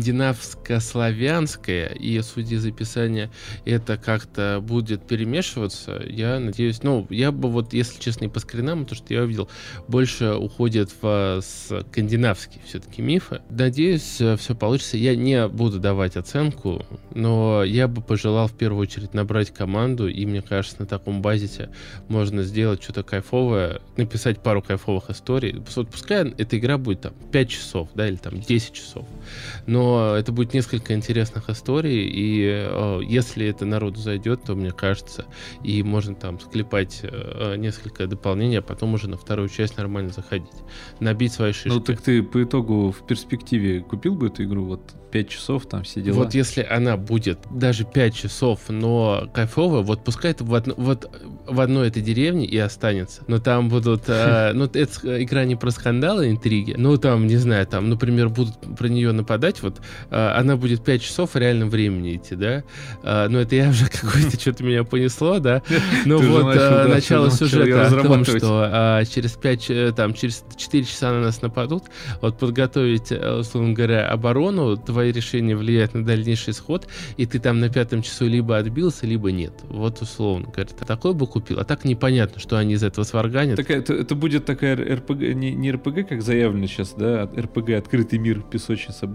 скандинавско-славянская, и, судя из описания, это как-то будет перемешиваться. Я надеюсь, ну, я бы вот, если честно, и по скринам, то, что я увидел, больше уходит в скандинавские все-таки мифы. Надеюсь, все получится. Я не буду давать оценку, но я бы пожелал в первую очередь набрать команду, и мне кажется, на таком базисе можно сделать что-то кайфовое, написать пару кайфовых историй. Вот пускай эта игра будет там пять часов, да, или там десять часов, но это будет несколько интересных историй, и э, если это народу зайдет, то, мне кажется, и можно там склепать э, несколько дополнений, а потом уже на вторую часть нормально заходить, набить свои шишки. Ну так ты по итогу в перспективе купил бы эту игру, вот пять часов, там все дела? Вот если она будет даже пять часов, но кайфовая, вот пускай это в, одно, вот в одной этой деревне и останется, но там будут, э, ну это игра не про скандалы, интриги, ну там, не знаю, там, например, будут про нее нападать, вот э, она будет пять часов в реальном времени идти, да, э, но это я уже какое-то что-то меня понесло, да, но вот начало сюжета о том, что через пять, там, через четыре часа на нас нападут, вот подготовить, условно говоря, оборону, твои решения влияют на дальнейший исход, и ты там на пятом часу либо отбился, либо нет. Вот условно говоря. Такой бы купил, а так непонятно, что они из этого сварганят. Так, это, это будет такая эр пи джи, не, не эр пи джи, как заявлено сейчас, да, эр пи джи, открытый мир, песочница, будет такая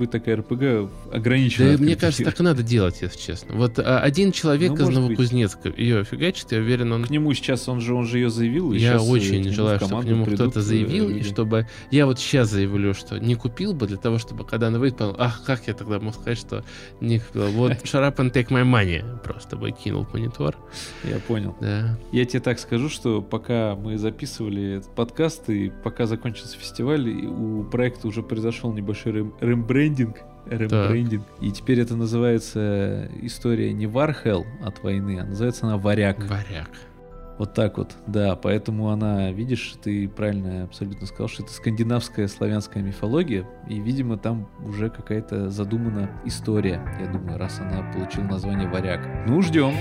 эр пи гэ ограничено. Да, мне кажется, так и надо делать, если честно. Вот а, один человек ну, из Новокузнецка быть. ее фигачит, я уверен, он... К нему сейчас, он же, он же ее заявил. И я очень желаю, чтобы к нему кто-то заявил, люди. И чтобы... Я вот сейчас заявлю, что не купил бы, для того, чтобы когда она выйдет, подумал, ах, как я тогда мог сказать, что не купил. Вот shut up and take my money. Просто бы кинул в монитор. Я понял. Да. Я тебе так скажу, что пока мы записывали этот подкаст, и пока закончился фестиваль, у проекта уже произошел небольшой рэм- рембрендинг. Рембрендинг. И теперь это называется история не Warhell от войны, а называется она Варяг. Варяг. Вот так вот, да, поэтому она, видишь, ты правильно абсолютно сказал, что это скандинавская славянская мифология, и, видимо, там уже какая-то задумана история, я думаю, раз она получила название Варяг. Ну, ждем.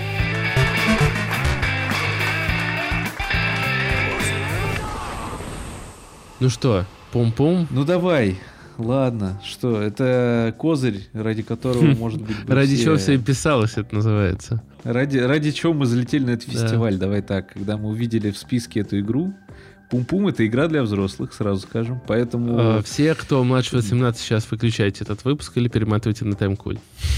Ну что, пум-пум? Ну давай. Ладно, что, это козырь, ради которого, может быть... Ради чего все и писалось, это называется. Ради, ради чего мы залетели на этот фестиваль, давай так, когда мы увидели в списке эту игру. Пум-пум — это игра для взрослых, сразу скажем, поэтому... Все, кто младше восемнадцати, сейчас выключайте этот выпуск или перематывайте на тайм-код.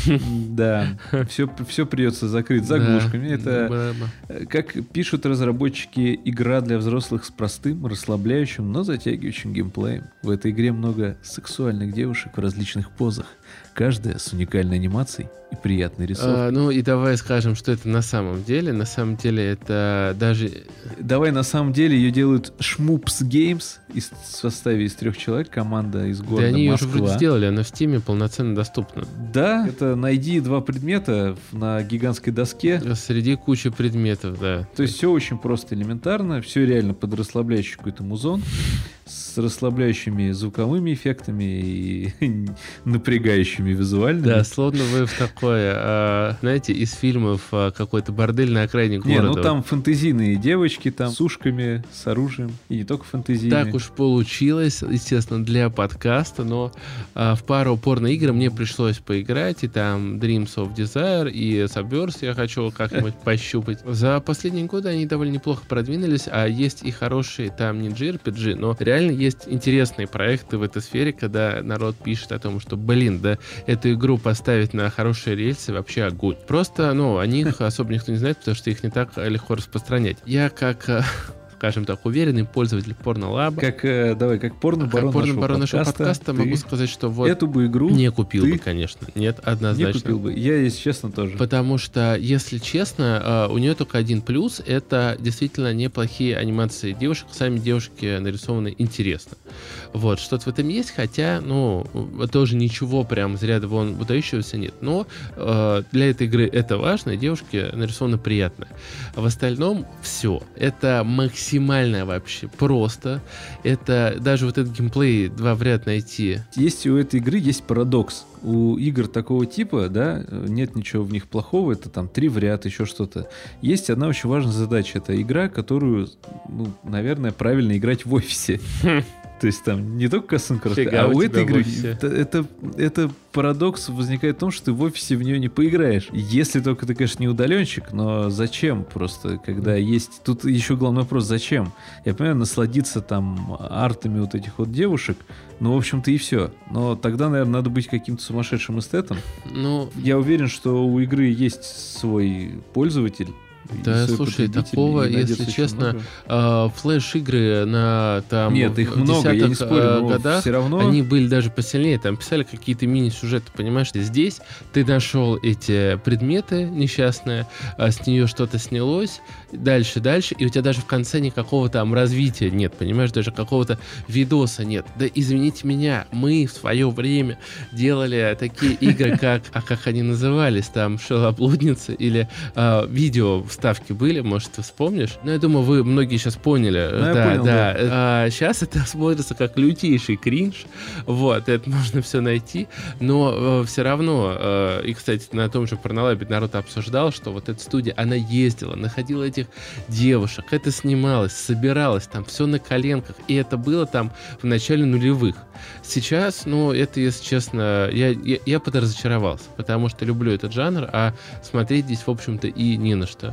Да, все, все придется закрыть заглушками. Это, как пишут разработчики, игра для взрослых с простым, расслабляющим, но затягивающим геймплеем. В этой игре много сексуальных девушек в различных позах, каждая с уникальной анимацией и приятной рисовкой. А, ну и давай скажем, что это на самом деле. На самом деле это даже... Давай на самом деле ее делают Шмупс Games из, в составе из трех человек, команда из города Москва. Да они Москва. ее уже вроде сделали, она в Стиме полноценно доступна. Да, это найди два предмета на гигантской доске. Среди кучи предметов, да. То есть все очень просто, элементарно, все реально под расслабляющий какой-то музон, с расслабляющими звуковыми эффектами и напрягающими визуальными. Да, словно вы в такое, а, знаете, из фильмов а, какой-то бордель на окраине города. Не, ну там фэнтезийные девочки там с ушками, с оружием, и не только фэнтезийные. Так уж получилось, естественно, для подкаста, но а, в пару порно-игр мне пришлось поиграть, и там Dreams of Desire и Subverse я хочу как-нибудь пощупать. За последние годы они довольно неплохо продвинулись, а есть и хорошие там не джей ар пи джи, но реально есть интересные проекты в этой сфере, когда народ пишет о том, что, блин, да, эту игру поставить на хорошие рельсы вообще огонь. Просто, ну, о них особо никто не знает, потому что их не так легко распространять. Я как... скажем так, уверенный пользователь порно-лаба. Как, э, давай, как порно-барон порно нашего, нашего подкаста, могу сказать, что вот... Эту бы игру не купил ты... бы, конечно. Нет, однозначно. Не купил бы. Я, если честно, тоже. Потому что, если честно, у нее только один плюс. Это действительно неплохие анимации девушек. Сами девушки нарисованы интересно. Вот, что-то в этом есть, хотя, ну, тоже ничего прям из ряда вон выдающегося нет. Но э, для этой игры это важно, и девушки нарисованы приятно. А в остальном все. Это максимально вообще просто. Это даже вот этот геймплей два в ряд найти. Есть у этой игры есть парадокс. У игр такого типа, да, нет ничего в них плохого, это там три в ряд, еще что-то. Есть одна очень важная задача. Это игра, которую, ну, наверное, правильно играть в офисе. То есть там не только асинхронно, а у этой игры это, это, это парадокс возникает в том, что ты в офисе в нее не поиграешь. Если только ты, конечно, не удаленщик, но зачем просто, когда есть... Тут еще главный вопрос, зачем? Я понимаю, насладиться там артами вот этих вот девушек, ну, в общем-то, и все. Но тогда, наверное, надо быть каким-то сумасшедшим эстетом. Ну, я уверен, что у игры есть свой пользователь. Да, слушай, такого, если честно, э, флеш-игры на там Нет, их много, я не спорю, но годах, все равно... они были даже посильнее, там писали какие-то мини-сюжеты, понимаешь? Здесь ты нашел эти предметы несчастные, а с нее что-то снялось, дальше, дальше, и у тебя даже в конце никакого там развития нет, понимаешь? Даже какого-то видоса нет. Да извините меня, мы в свое время делали такие игры, как, а как они назывались, там, «Шелоблудница» или э, видео вставки были, может, ты вспомнишь? Ну, я думаю, вы многие сейчас поняли. Ну, да, понял, да. да. А, сейчас это смотрится как лютейший кринж. Вот, это можно все найти. Но э, все равно, э, и, кстати, на том же Порнолабе народ обсуждал, что вот эта студия, она ездила, находила этих девушек, это снималось, собиралось, там все на коленках. И это было там в начале нулевых. Сейчас, ну, это, если честно, я, я, я подразочаровался, потому что люблю этот жанр, а смотреть здесь, в общем-то, и не на что.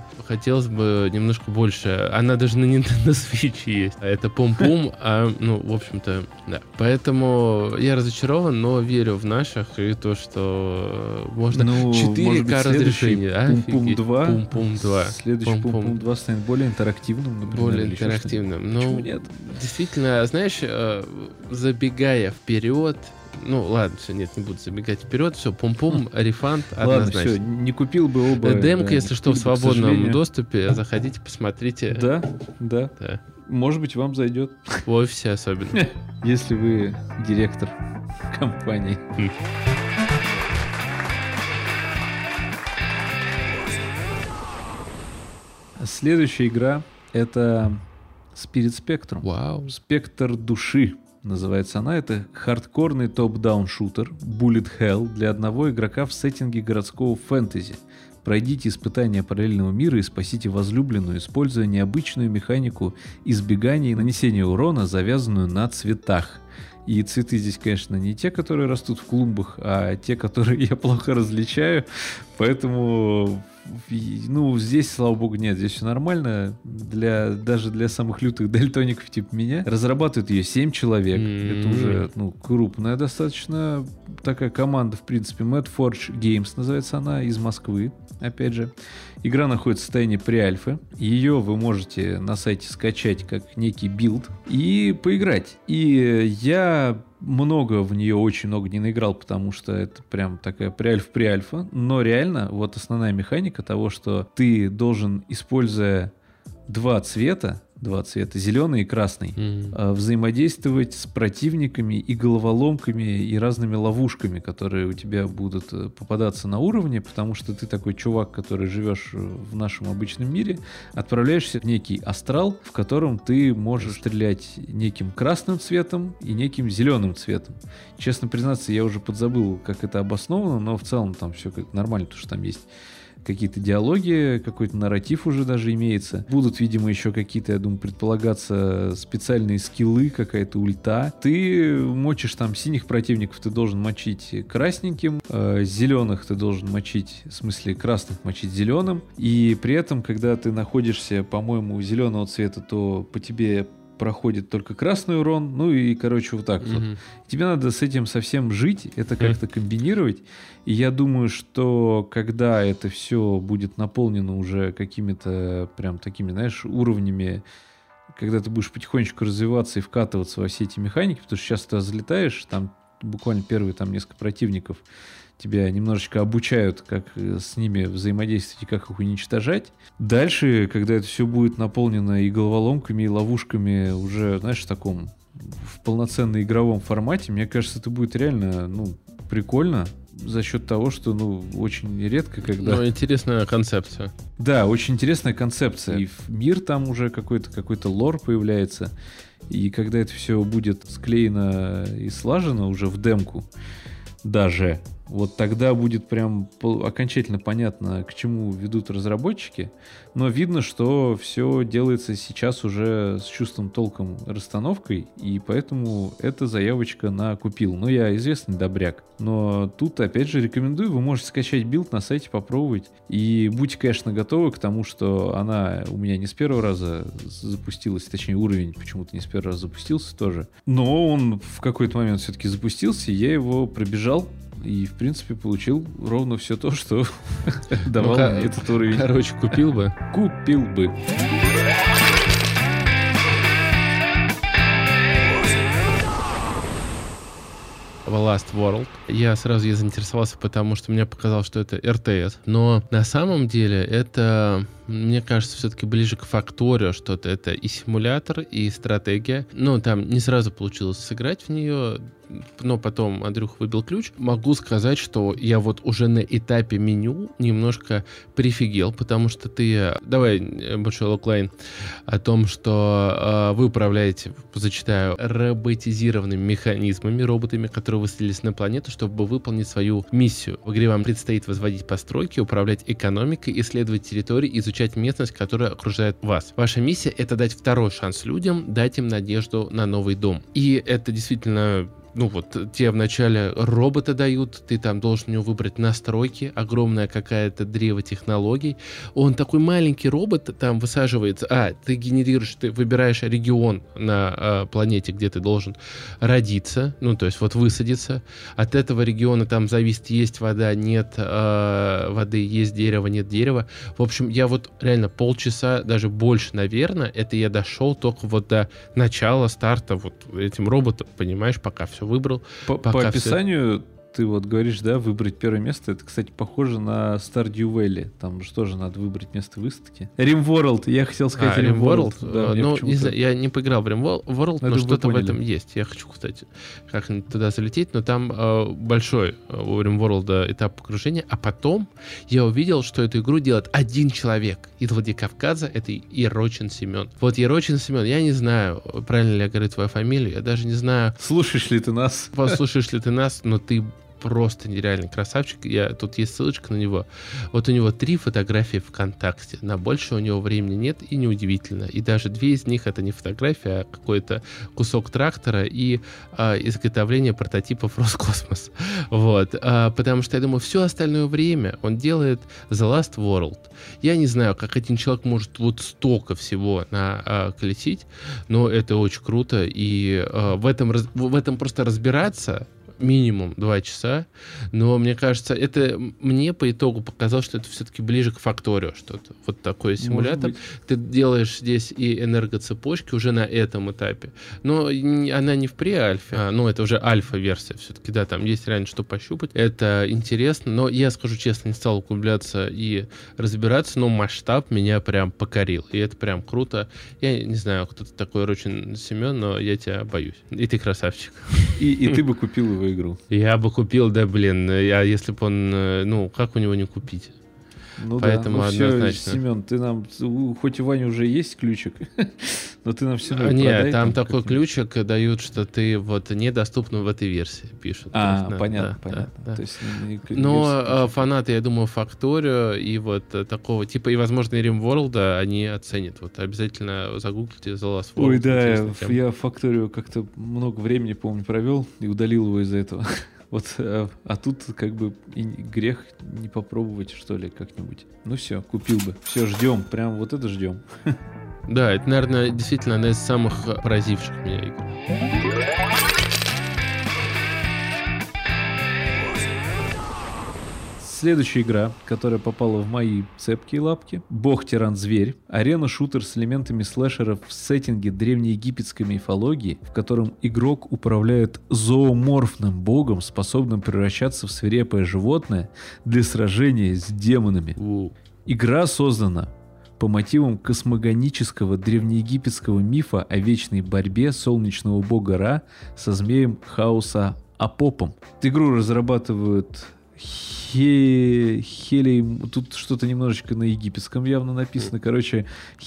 хотелось бы немножко больше. Она даже на Nintendo Switch есть. А это пум-пум, а, ну, в общем-то, да. Поэтому я разочарован, но верю в наших и то, что можно ну, четыре ка разрешение. Пум-пум два. Пум-пум два. Следующий Пум-пум два станет более интерактивным, например. Более интерактивным. Ну, нет? Действительно, знаешь, забегая вперед, ну, ладно, все, нет, не буду забегать вперед. Все, пум-пум, рефанд однозначно. Ладно, все, не купил бы оба. Демка, да, если что, в свободном доступе. Заходите, посмотрите. Да, да, да. Может быть, вам зайдет. В офисе особенно. Если вы директор компании. Следующая игра — это Spirit Spectrum. Вау. Спектр души. Называется она. Это хардкорный топ-даун шутер Bullet Hell для одного игрока в сеттинге городского фэнтези. Пройдите испытания параллельного мира и спасите возлюбленную, используя необычную механику избегания и нанесения урона, завязанную на цветах. И цветы здесь, конечно, не те, которые растут в клумбах, а те, которые я плохо различаю. Поэтому, ну, здесь, слава богу, нет, здесь все нормально. Для, даже для самых лютых дальтоников типа меня. Разрабатывает ее семь человек. Mm-hmm. Это уже, ну, крупная достаточно такая команда, в принципе. Madforge Games называется она, из Москвы, опять же. Игра находится в состоянии преальфы. Ее вы можете на сайте скачать как некий билд и поиграть. И я много в нее, очень много не наиграл, потому что это прям такая преальф-преальфа. Но реально, вот основная механика того, что ты должен, используя два цвета, два цвета, зеленый и красный, mm-hmm. взаимодействовать с противниками и головоломками и разными ловушками, которые у тебя будут попадаться на уровне, потому что ты такой чувак, который живешь в нашем обычном мире, отправляешься в некий астрал, в котором ты можешь стрелять неким красным цветом и неким зеленым цветом. Честно признаться, я уже подзабыл, как это обосновано, но в целом там все как нормально, потому что там есть какие-то диалоги, какой-то нарратив уже даже имеется. Будут, видимо, еще какие-то, я думаю, предполагаться специальные скиллы, какая-то ульта. Ты мочишь там синих противников, ты должен мочить красненьким, э, зеленых ты должен мочить, в смысле красных мочить зеленым. И при этом, когда ты находишься, по-моему, у зеленого цвета, то по тебе проходит только красный урон, ну и, короче, вот так mm-hmm. вот. Тебе надо с этим совсем жить, это как-то mm-hmm. комбинировать. И я думаю, что когда это все будет наполнено уже какими-то прям такими, знаешь, уровнями, когда ты будешь потихонечку развиваться и вкатываться во все эти механики, потому что сейчас ты залетаешь, там буквально первые там несколько противников тебя немножечко обучают, как с ними взаимодействовать и как их уничтожать. Дальше, когда это все будет наполнено и головоломками, и ловушками уже, знаешь, в таком в полноценном игровом формате, мне кажется, это будет реально, ну, прикольно за счет того, что, ну, очень редко, когда... Ну, интересная концепция. Да, очень интересная концепция. И мир там уже какой-то, какой-то лор появляется. И когда это все будет склеено и слажено уже в демку, даже, вот тогда будет прям окончательно понятно, к чему ведут разработчики. Но видно, что все делается сейчас уже с чувством, толком, расстановкой, и поэтому эта заявочка на купил. Ну, я известный добряк, но тут, опять же, рекомендую, вы можете скачать билд на сайте, попробовать. И будьте, конечно, готовы к тому, что она у меня не с первого раза запустилась, точнее, уровень почему-то не с первого раза запустился тоже. Но он в какой-то момент все-таки запустился, и я его пробежал. И, в принципе, получил ровно все то, что давал ну, мне этот уровень. Короче, купил бы? Купил бы. The Last World. Я сразу я заинтересовался, потому что мне показалось, что это эр тэ эс. Но на самом деле это, мне кажется, все-таки ближе к Factorio что-то. Это и симулятор, и стратегия. Но там не сразу получилось сыграть в нее, но потом Андрюх выбил ключ. Могу сказать, что я вот уже на этапе меню немножко прифигел, потому что ты... Давай большой локлайн о том, что э, вы управляете, зачитаю, роботизированными механизмами, роботами, которые выселились на планету, чтобы выполнить свою миссию. В игре вам предстоит возводить постройки, управлять экономикой, исследовать территории, изучать местность, которая окружает вас. Ваша миссия — это дать второй шанс людям, дать им надежду на новый дом. И это действительно ну вот, тебе вначале робота дают, ты там должен у него выбрать настройки, огромная какая-то древо технологий. Он такой маленький робот, там высаживается, а, ты генерируешь, ты выбираешь регион на э, планете, где ты должен родиться, ну, то есть вот высадиться. От этого региона там зависит, есть вода, нет э, воды, есть дерево, нет дерева. В общем, я вот реально полчаса, даже больше, наверное, это я дошел только вот до начала, старта вот этим роботом, понимаешь, пока все выбрал. По, по описанию... Все... Ты вот говоришь, да, выбрать первое место. Это, кстати, похоже на Stardew Valley. Там же тоже надо выбрать место высадки. RimWorld, я хотел сказать а, RimWorld. RimWorld. Да, ну, не знаю, я не поиграл в RimWorld, но, но что-то в этом есть. Я хочу, кстати, как-нибудь туда залететь, но там э, большой у RimWorld этап погружения, а потом я увидел, что эту игру делает один человек из Владикавказа, это Ерочин Семен. Вот Ерочин Семен, я не знаю, правильно ли я говорю твою фамилию, я даже не знаю. Слушаешь ли ты нас? Послушаешь ли ты нас, но ты просто нереальный красавчик. Я, тут есть ссылочка на него. Вот у него три фотографии ВКонтакте. На больше у него времени нет, и неудивительно. И даже две из них это не фотография, а какой-то кусок трактора и а, изготовление прототипов Роскосмос. Вот. А, потому что я думаю, все остальное время он делает The Last World. Я не знаю, как один человек может вот столько всего наколесить, но это очень круто. И а, в этом, в этом просто разбираться минимум два часа, но мне кажется, это мне по итогу показалось, что это все-таки ближе к Factorio что-то. Вот такой симулятор. Ты делаешь здесь и энергоцепочки уже на этом этапе, но она не в pre-альфе, а, ну это уже альфа-версия все-таки, да, там есть реально что пощупать. Это интересно, но я скажу честно, не стал углубляться и разбираться, но масштаб меня прям покорил, и это прям круто. Я не знаю, кто ты такой, Ерочин Семен, но я тебя боюсь. И ты красавчик. И, и ты бы купил его игру. Я бы купил, да, блин, а если бы он, ну, как у него не купить? Ну Поэтому да, ну однозначно. Все, Семен, ты нам, хоть у Вани уже есть ключик, но ты нам все равно Нет, продай, там, там такой ключик дают, что ты вот недоступно в этой версии пишут. А, есть, понятно, да, понятно. Да, То есть, не, но фанаты, я думаю, Factorio и вот такого типа, и, возможно, и RimWorld они оценят. Вот обязательно загуглите The Last World. Ой, да, я Factorio как-то много времени, помню, провел и удалил его из-за этого. Вот, а, а тут как бы и грех не попробовать, что ли, как-нибудь. Ну все, купил бы. Все, ждем, прям вот это ждем. Да, это, наверное, действительно одна из самых поразивших меня игр. Следующая игра, которая попала в мои цепкие лапки. Бог-тиран-зверь. Арена-шутер с элементами слэшеров в сеттинге древнеегипетской мифологии, в котором игрок управляет зооморфным богом, способным превращаться в свирепое животное для сражения с демонами. У. Игра создана по мотивам космогонического древнеегипетского мифа о вечной борьбе солнечного бога Ра со змеем хаоса Апопом. Игру разрабатывают Хе... Хелей... Тут что-то немножечко на египетском явно написано. Короче,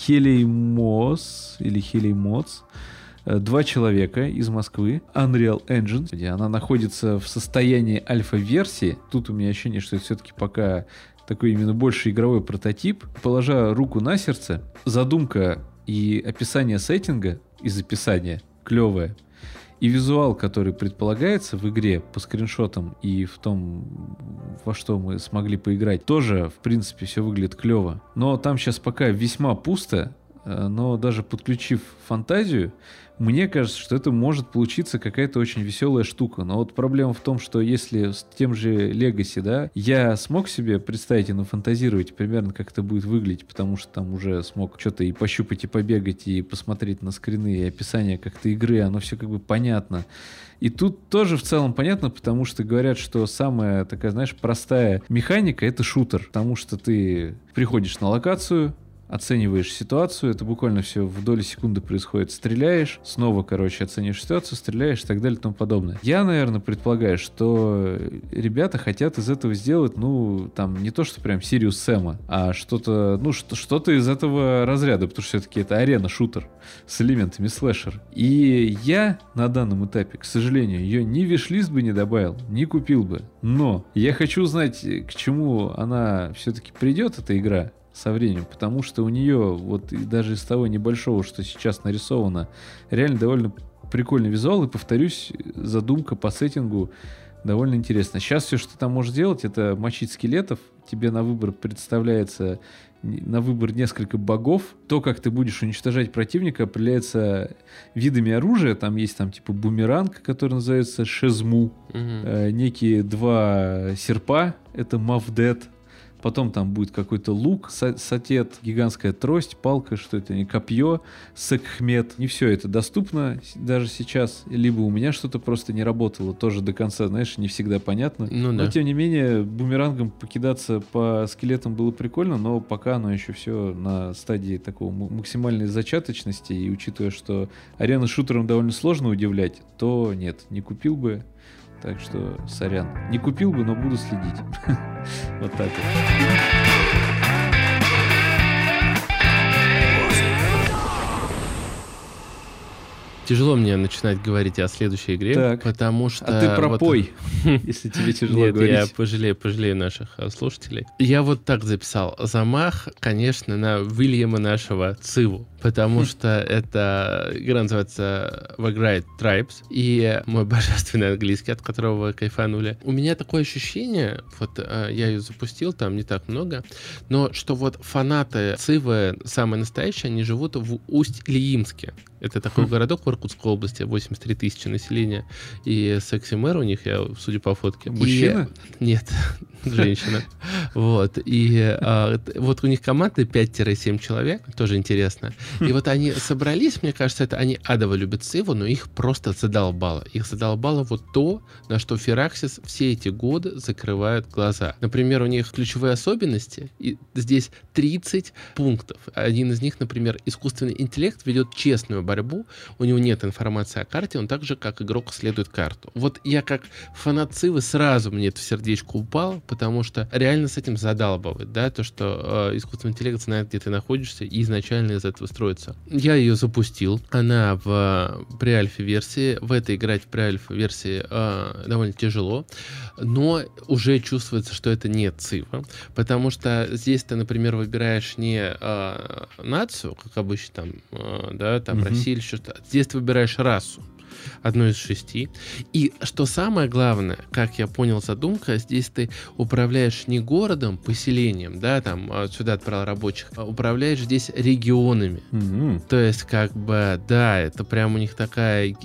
Хелеймос или Хелеймоц. Два человека из Москвы. Unreal Engine. Она находится в состоянии альфа-версии. Тут у меня ощущение, что это все-таки пока такой именно больше игровой прототип. Положа руку на сердце, задумка и описание сеттинга из описания клевое. И визуал, который предполагается в игре по скриншотам и в том, во что мы смогли поиграть, тоже, в принципе, все выглядит клево. Но там сейчас пока весьма пусто, но даже подключив фантазию, мне кажется, что это может получиться какая-то очень веселая штука. Но вот проблема в том, что если с тем же Legacy, да, я смог себе представить и нафантазировать примерно, как это будет выглядеть, потому что там уже смог что-то и пощупать, и побегать, и посмотреть на скрины, и описание как-то игры, оно все как бы понятно. И тут тоже в целом понятно, потому что говорят, что самая такая, знаешь, простая механика — это шутер, потому что ты приходишь на локацию, оцениваешь ситуацию, это буквально все в доли секунды происходит, стреляешь, снова, короче, оцениваешь ситуацию, стреляешь и так далее и тому подобное. Я, наверное, предполагаю, что ребята хотят из этого сделать, ну, там, не то, что прям Сириус Сэма, а что-то, ну, что-то из этого разряда, потому что все-таки это арена-шутер с элементами слэшер. И я на данном этапе, к сожалению, ее ни в виш-лист бы не добавил, ни купил бы. Но я хочу узнать, к чему она все-таки придет, эта игра, со временем, потому что у нее вот даже из того небольшого, что сейчас нарисовано, реально довольно прикольный визуал, и, повторюсь, задумка по сеттингу довольно интересно. Сейчас все, что ты там можешь делать, это мочить скелетов. Тебе на выбор представляется на выбор несколько богов. То, как ты будешь уничтожать противника, определяется видами оружия. Там есть там типа бумеранг, который называется шезму. Угу. Э, некие два серпа, это мавдет. Потом там будет какой-то лук, сатет, гигантская трость, палка, что это, не копье, секхмет. Не все это доступно даже сейчас. Либо у меня что-то просто не работало. Тоже до конца, знаешь, не всегда понятно. Ну, но, да. Тем не менее, бумерангом покидаться по скелетам было прикольно, но пока оно еще все на стадии такого максимальной зачаточности. И учитывая, что арена шутером довольно сложно удивлять, то нет, не купил бы. Так что, сорян. Не купил бы, но буду следить. Вот так вот. Тяжело мне начинать говорить о следующей игре, так. потому что... А ты пропой, вот... если тебе тяжело Нет, говорить. я пожалею, пожалею наших слушателей. Я вот так записал. Замах, конечно, на Уильяма нашего Циву, потому что эта игра называется Vagrant Tribes, и мой божественный английский, от которого вы кайфанули. У меня такое ощущение, вот я ее запустил, там не так много, но что вот фанаты Цивы, самые настоящие, они живут в Усть-Илимске. Это такой городок в Иркутской области, восемьдесят три тысячи населения, и секси-мэр у них, я, судя по фотке. Мужчина? И... Нет, женщина. Вот, и а, вот у них команда пять-семь человек, тоже интересно. И вот они собрались, мне кажется, это они адово любят Циву, но их просто задолбало. Их задолбало вот то, на что Firaxis все эти годы закрывают глаза. Например, у них ключевые особенности, и здесь тридцать пунктов. Один из них, например, искусственный интеллект ведет честную борьбу, борьбу, у него нет информации о карте, он так же, как игрок, следует карту. Вот я как фанат Цивы сразу мне это в сердечко упало, потому что реально с этим задалбывает, да, то, что э, искусственный интеллект знает, где ты находишься, и изначально из этого строится. Я ее запустил, она в преальфе версии, в этой играть в преальфе версии э, довольно тяжело, но уже чувствуется, что это не Цива, потому что здесь ты, например, выбираешь не э, нацию, как обычно там, э, да, там mm-hmm. Россия или что-то. Здесь ты выбираешь расу. Одно из шести. И что самое главное, как я понял, задумка, здесь ты управляешь не городом, поселением, да, там сюда отправил рабочих, а управляешь здесь регионами. Mm-hmm. То есть, как бы, да, это прям у них такая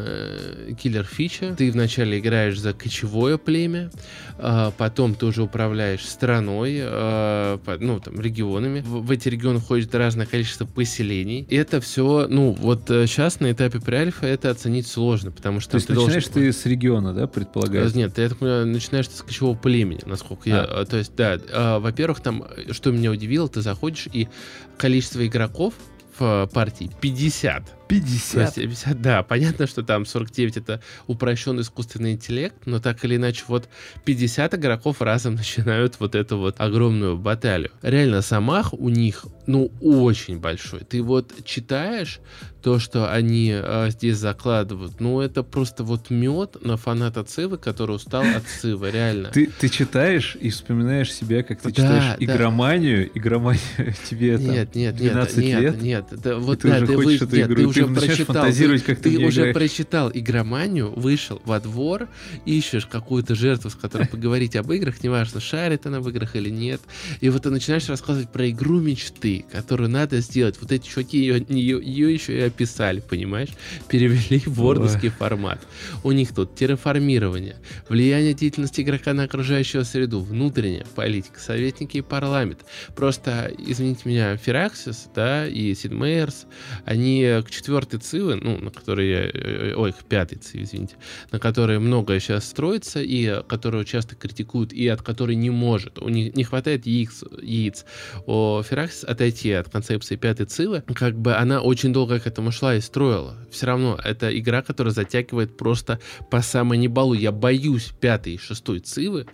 э, киллер-фича. Ты вначале играешь за кочевое племя, э, потом ты уже управляешь страной, э, по, ну, там, регионами. В, в эти регионы входит разное количество поселений. И это все, ну, вот сейчас на этапе преальфа это оценить сложно, потому что... То есть ты начинаешь должен... ты с региона, да, предполагаешь? Нет, ты, я так понимаю, начинаешь ты с кочевого племени, насколько а. я... То есть, да, а, во-первых, там, что меня удивило, ты заходишь, и количество игроков в партии пятьдесят. пятьдесят? пятьдесят, да. Понятно, что там сорок девять это упрощенный искусственный интеллект, но так или иначе вот пятьдесят игроков разом начинают вот эту вот огромную баталию. Реально, замах у них, ну, очень большой. Ты вот читаешь то, что они э, здесь закладывают, ну, это просто вот мед на фаната Цивы, который устал от Цивы, реально. Ты, ты читаешь и вспоминаешь себя, как ты да, читаешь да. игроманию, игроманию тебе там нет, нет, двенадцать нет, лет, нет, да, вот, ты да, уже ты хочешь вы, эту нет, игру, ты, ты уже начинаешь прочитал, фантазировать, ты, как ты, ты уже играешь. прочитал игроманию, вышел во двор, ищешь какую-то жертву, с которой поговорить об играх, неважно, шарит она в играх или нет, и вот ты начинаешь рассказывать про игру мечты, которую надо сделать. Вот эти чуваки ее, ее, ее еще и описали, понимаешь? Перевели в вордовский формат. У них тут терраформирование, влияние деятельности игрока на окружающую среду, внутренняя политика, советники и парламент. Просто, извините меня, Firaxis, да, и Sid Meier's, они к четвертой Цивы, ну, на которой я, ой, к пятой Циве, извините, на которой многое сейчас строится, и которую часто критикуют, и от которой не может. У них не хватает яиц, яиц. У Firaxis отойти от концепции пятой Цивы, как бы она очень долго к этому шла и строила. Все равно это игра, которая затягивает просто по самой небалу. Я боюсь пятой и шестой Цивы,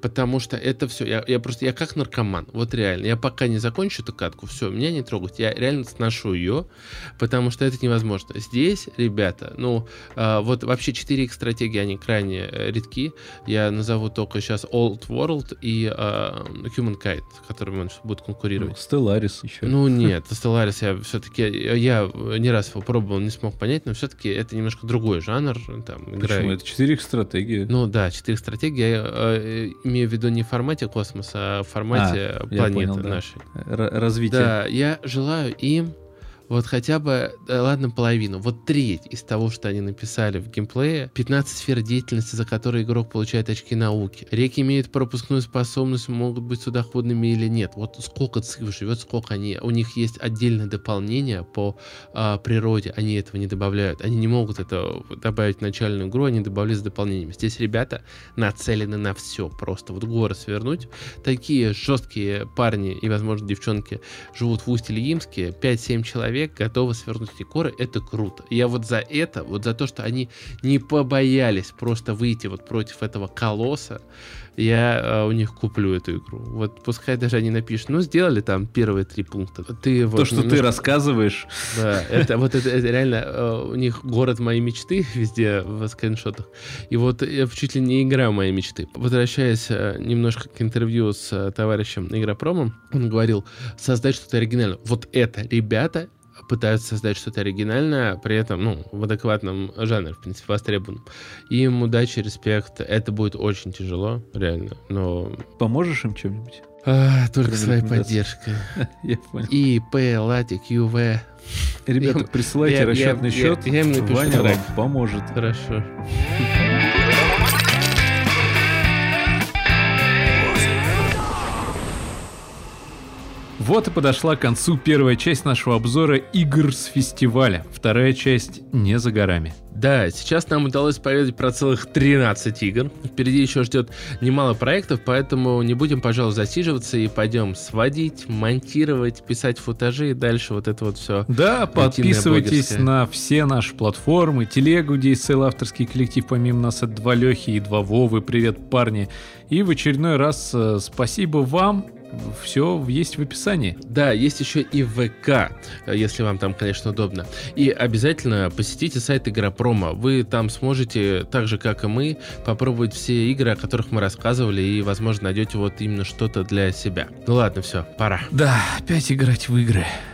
Потому что это все, я, я просто, я как наркоман, вот реально, я пока не закончу эту катку, все, меня не трогать, я реально сношу ее, потому что это невозможно. Здесь, ребята, ну, э, вот вообще четыре икс стратегии, они крайне э, редки, я назову только сейчас Old World и э, Humankind, с которыми он будут конкурировать. Stellaris еще. Ну нет, Stellaris я все-таки, я не раз его пробовал, не смог понять, но все-таки это немножко другой жанр. Там, Почему? играю... Это четыре икс стратегия. Ну да, четыре икс стратегия, я э, имею в виду не в формате космоса, а в формате а, планеты понял, нашей. Да. Развитие. Да, я желаю им вот хотя бы, да, ладно, половину, вот треть из того, что они написали в геймплее, пятнадцать сфер деятельности, за которые игрок получает очки науки. Реки имеют пропускную способность, могут быть судоходными или нет. Вот сколько цифр живет, сколько они... У них есть отдельное дополнение по а, природе, они этого не добавляют. Они не могут это добавить в начальную игру, они добавляют с дополнениями. Здесь ребята нацелены на все. Просто вот горы свернуть. Такие жесткие парни и, возможно, девчонки живут в Усть-Ильимске, пять-семь человек, готовы свернуть эти горы, это круто. Я вот за это, вот за то, что они не побоялись просто выйти вот против этого колосса, я э, у них куплю эту игру. Вот пускай даже они напишут, ну, сделали там первые три пункта. Ты, вот, то, что немножко... ты рассказываешь. Да, это вот это, это реально э, у них город моей мечты везде в скриншотах. И вот я чуть ли не игра моей мечты. Возвращаясь э, немножко к интервью с э, товарищем Игропромом, он говорил, создать что-то оригинальное. Вот это, ребята, пытаются создать что-то оригинальное, при этом, ну, в адекватном жанре, в принципе, востребованном. Им удачи, респект. Это будет очень тяжело, реально, но... Поможешь им чем-нибудь? А, только своей поддержкой. Я понял. И, П, Латик, Ю, В. Ребята, присылайте расчетный счет, Ваня вам поможет. Хорошо. Вот и подошла к концу первая часть нашего обзора игр с фестиваля. Вторая часть не за горами. Да, сейчас нам удалось поведать про целых тринадцать игр. Впереди еще ждет немало проектов, поэтому не будем, пожалуй, засиживаться и пойдем сводить, монтировать, писать футажи и дальше вот это вот все. Да, подписывайтесь на все наши платформы, телегу, где есть целый авторский коллектив, помимо нас это два Лехи и два Вовы. Привет, парни. И в очередной раз э, спасибо вам. Все есть в описании. Да, есть еще и ВК, если вам там, конечно, удобно. И обязательно посетите сайт Игропрома. Вы там сможете, так же, как и мы, попробовать все игры, о которых мы рассказывали, и, возможно, найдете вот именно что-то для себя. Ну ладно, все, пора. Да, опять играть в игры.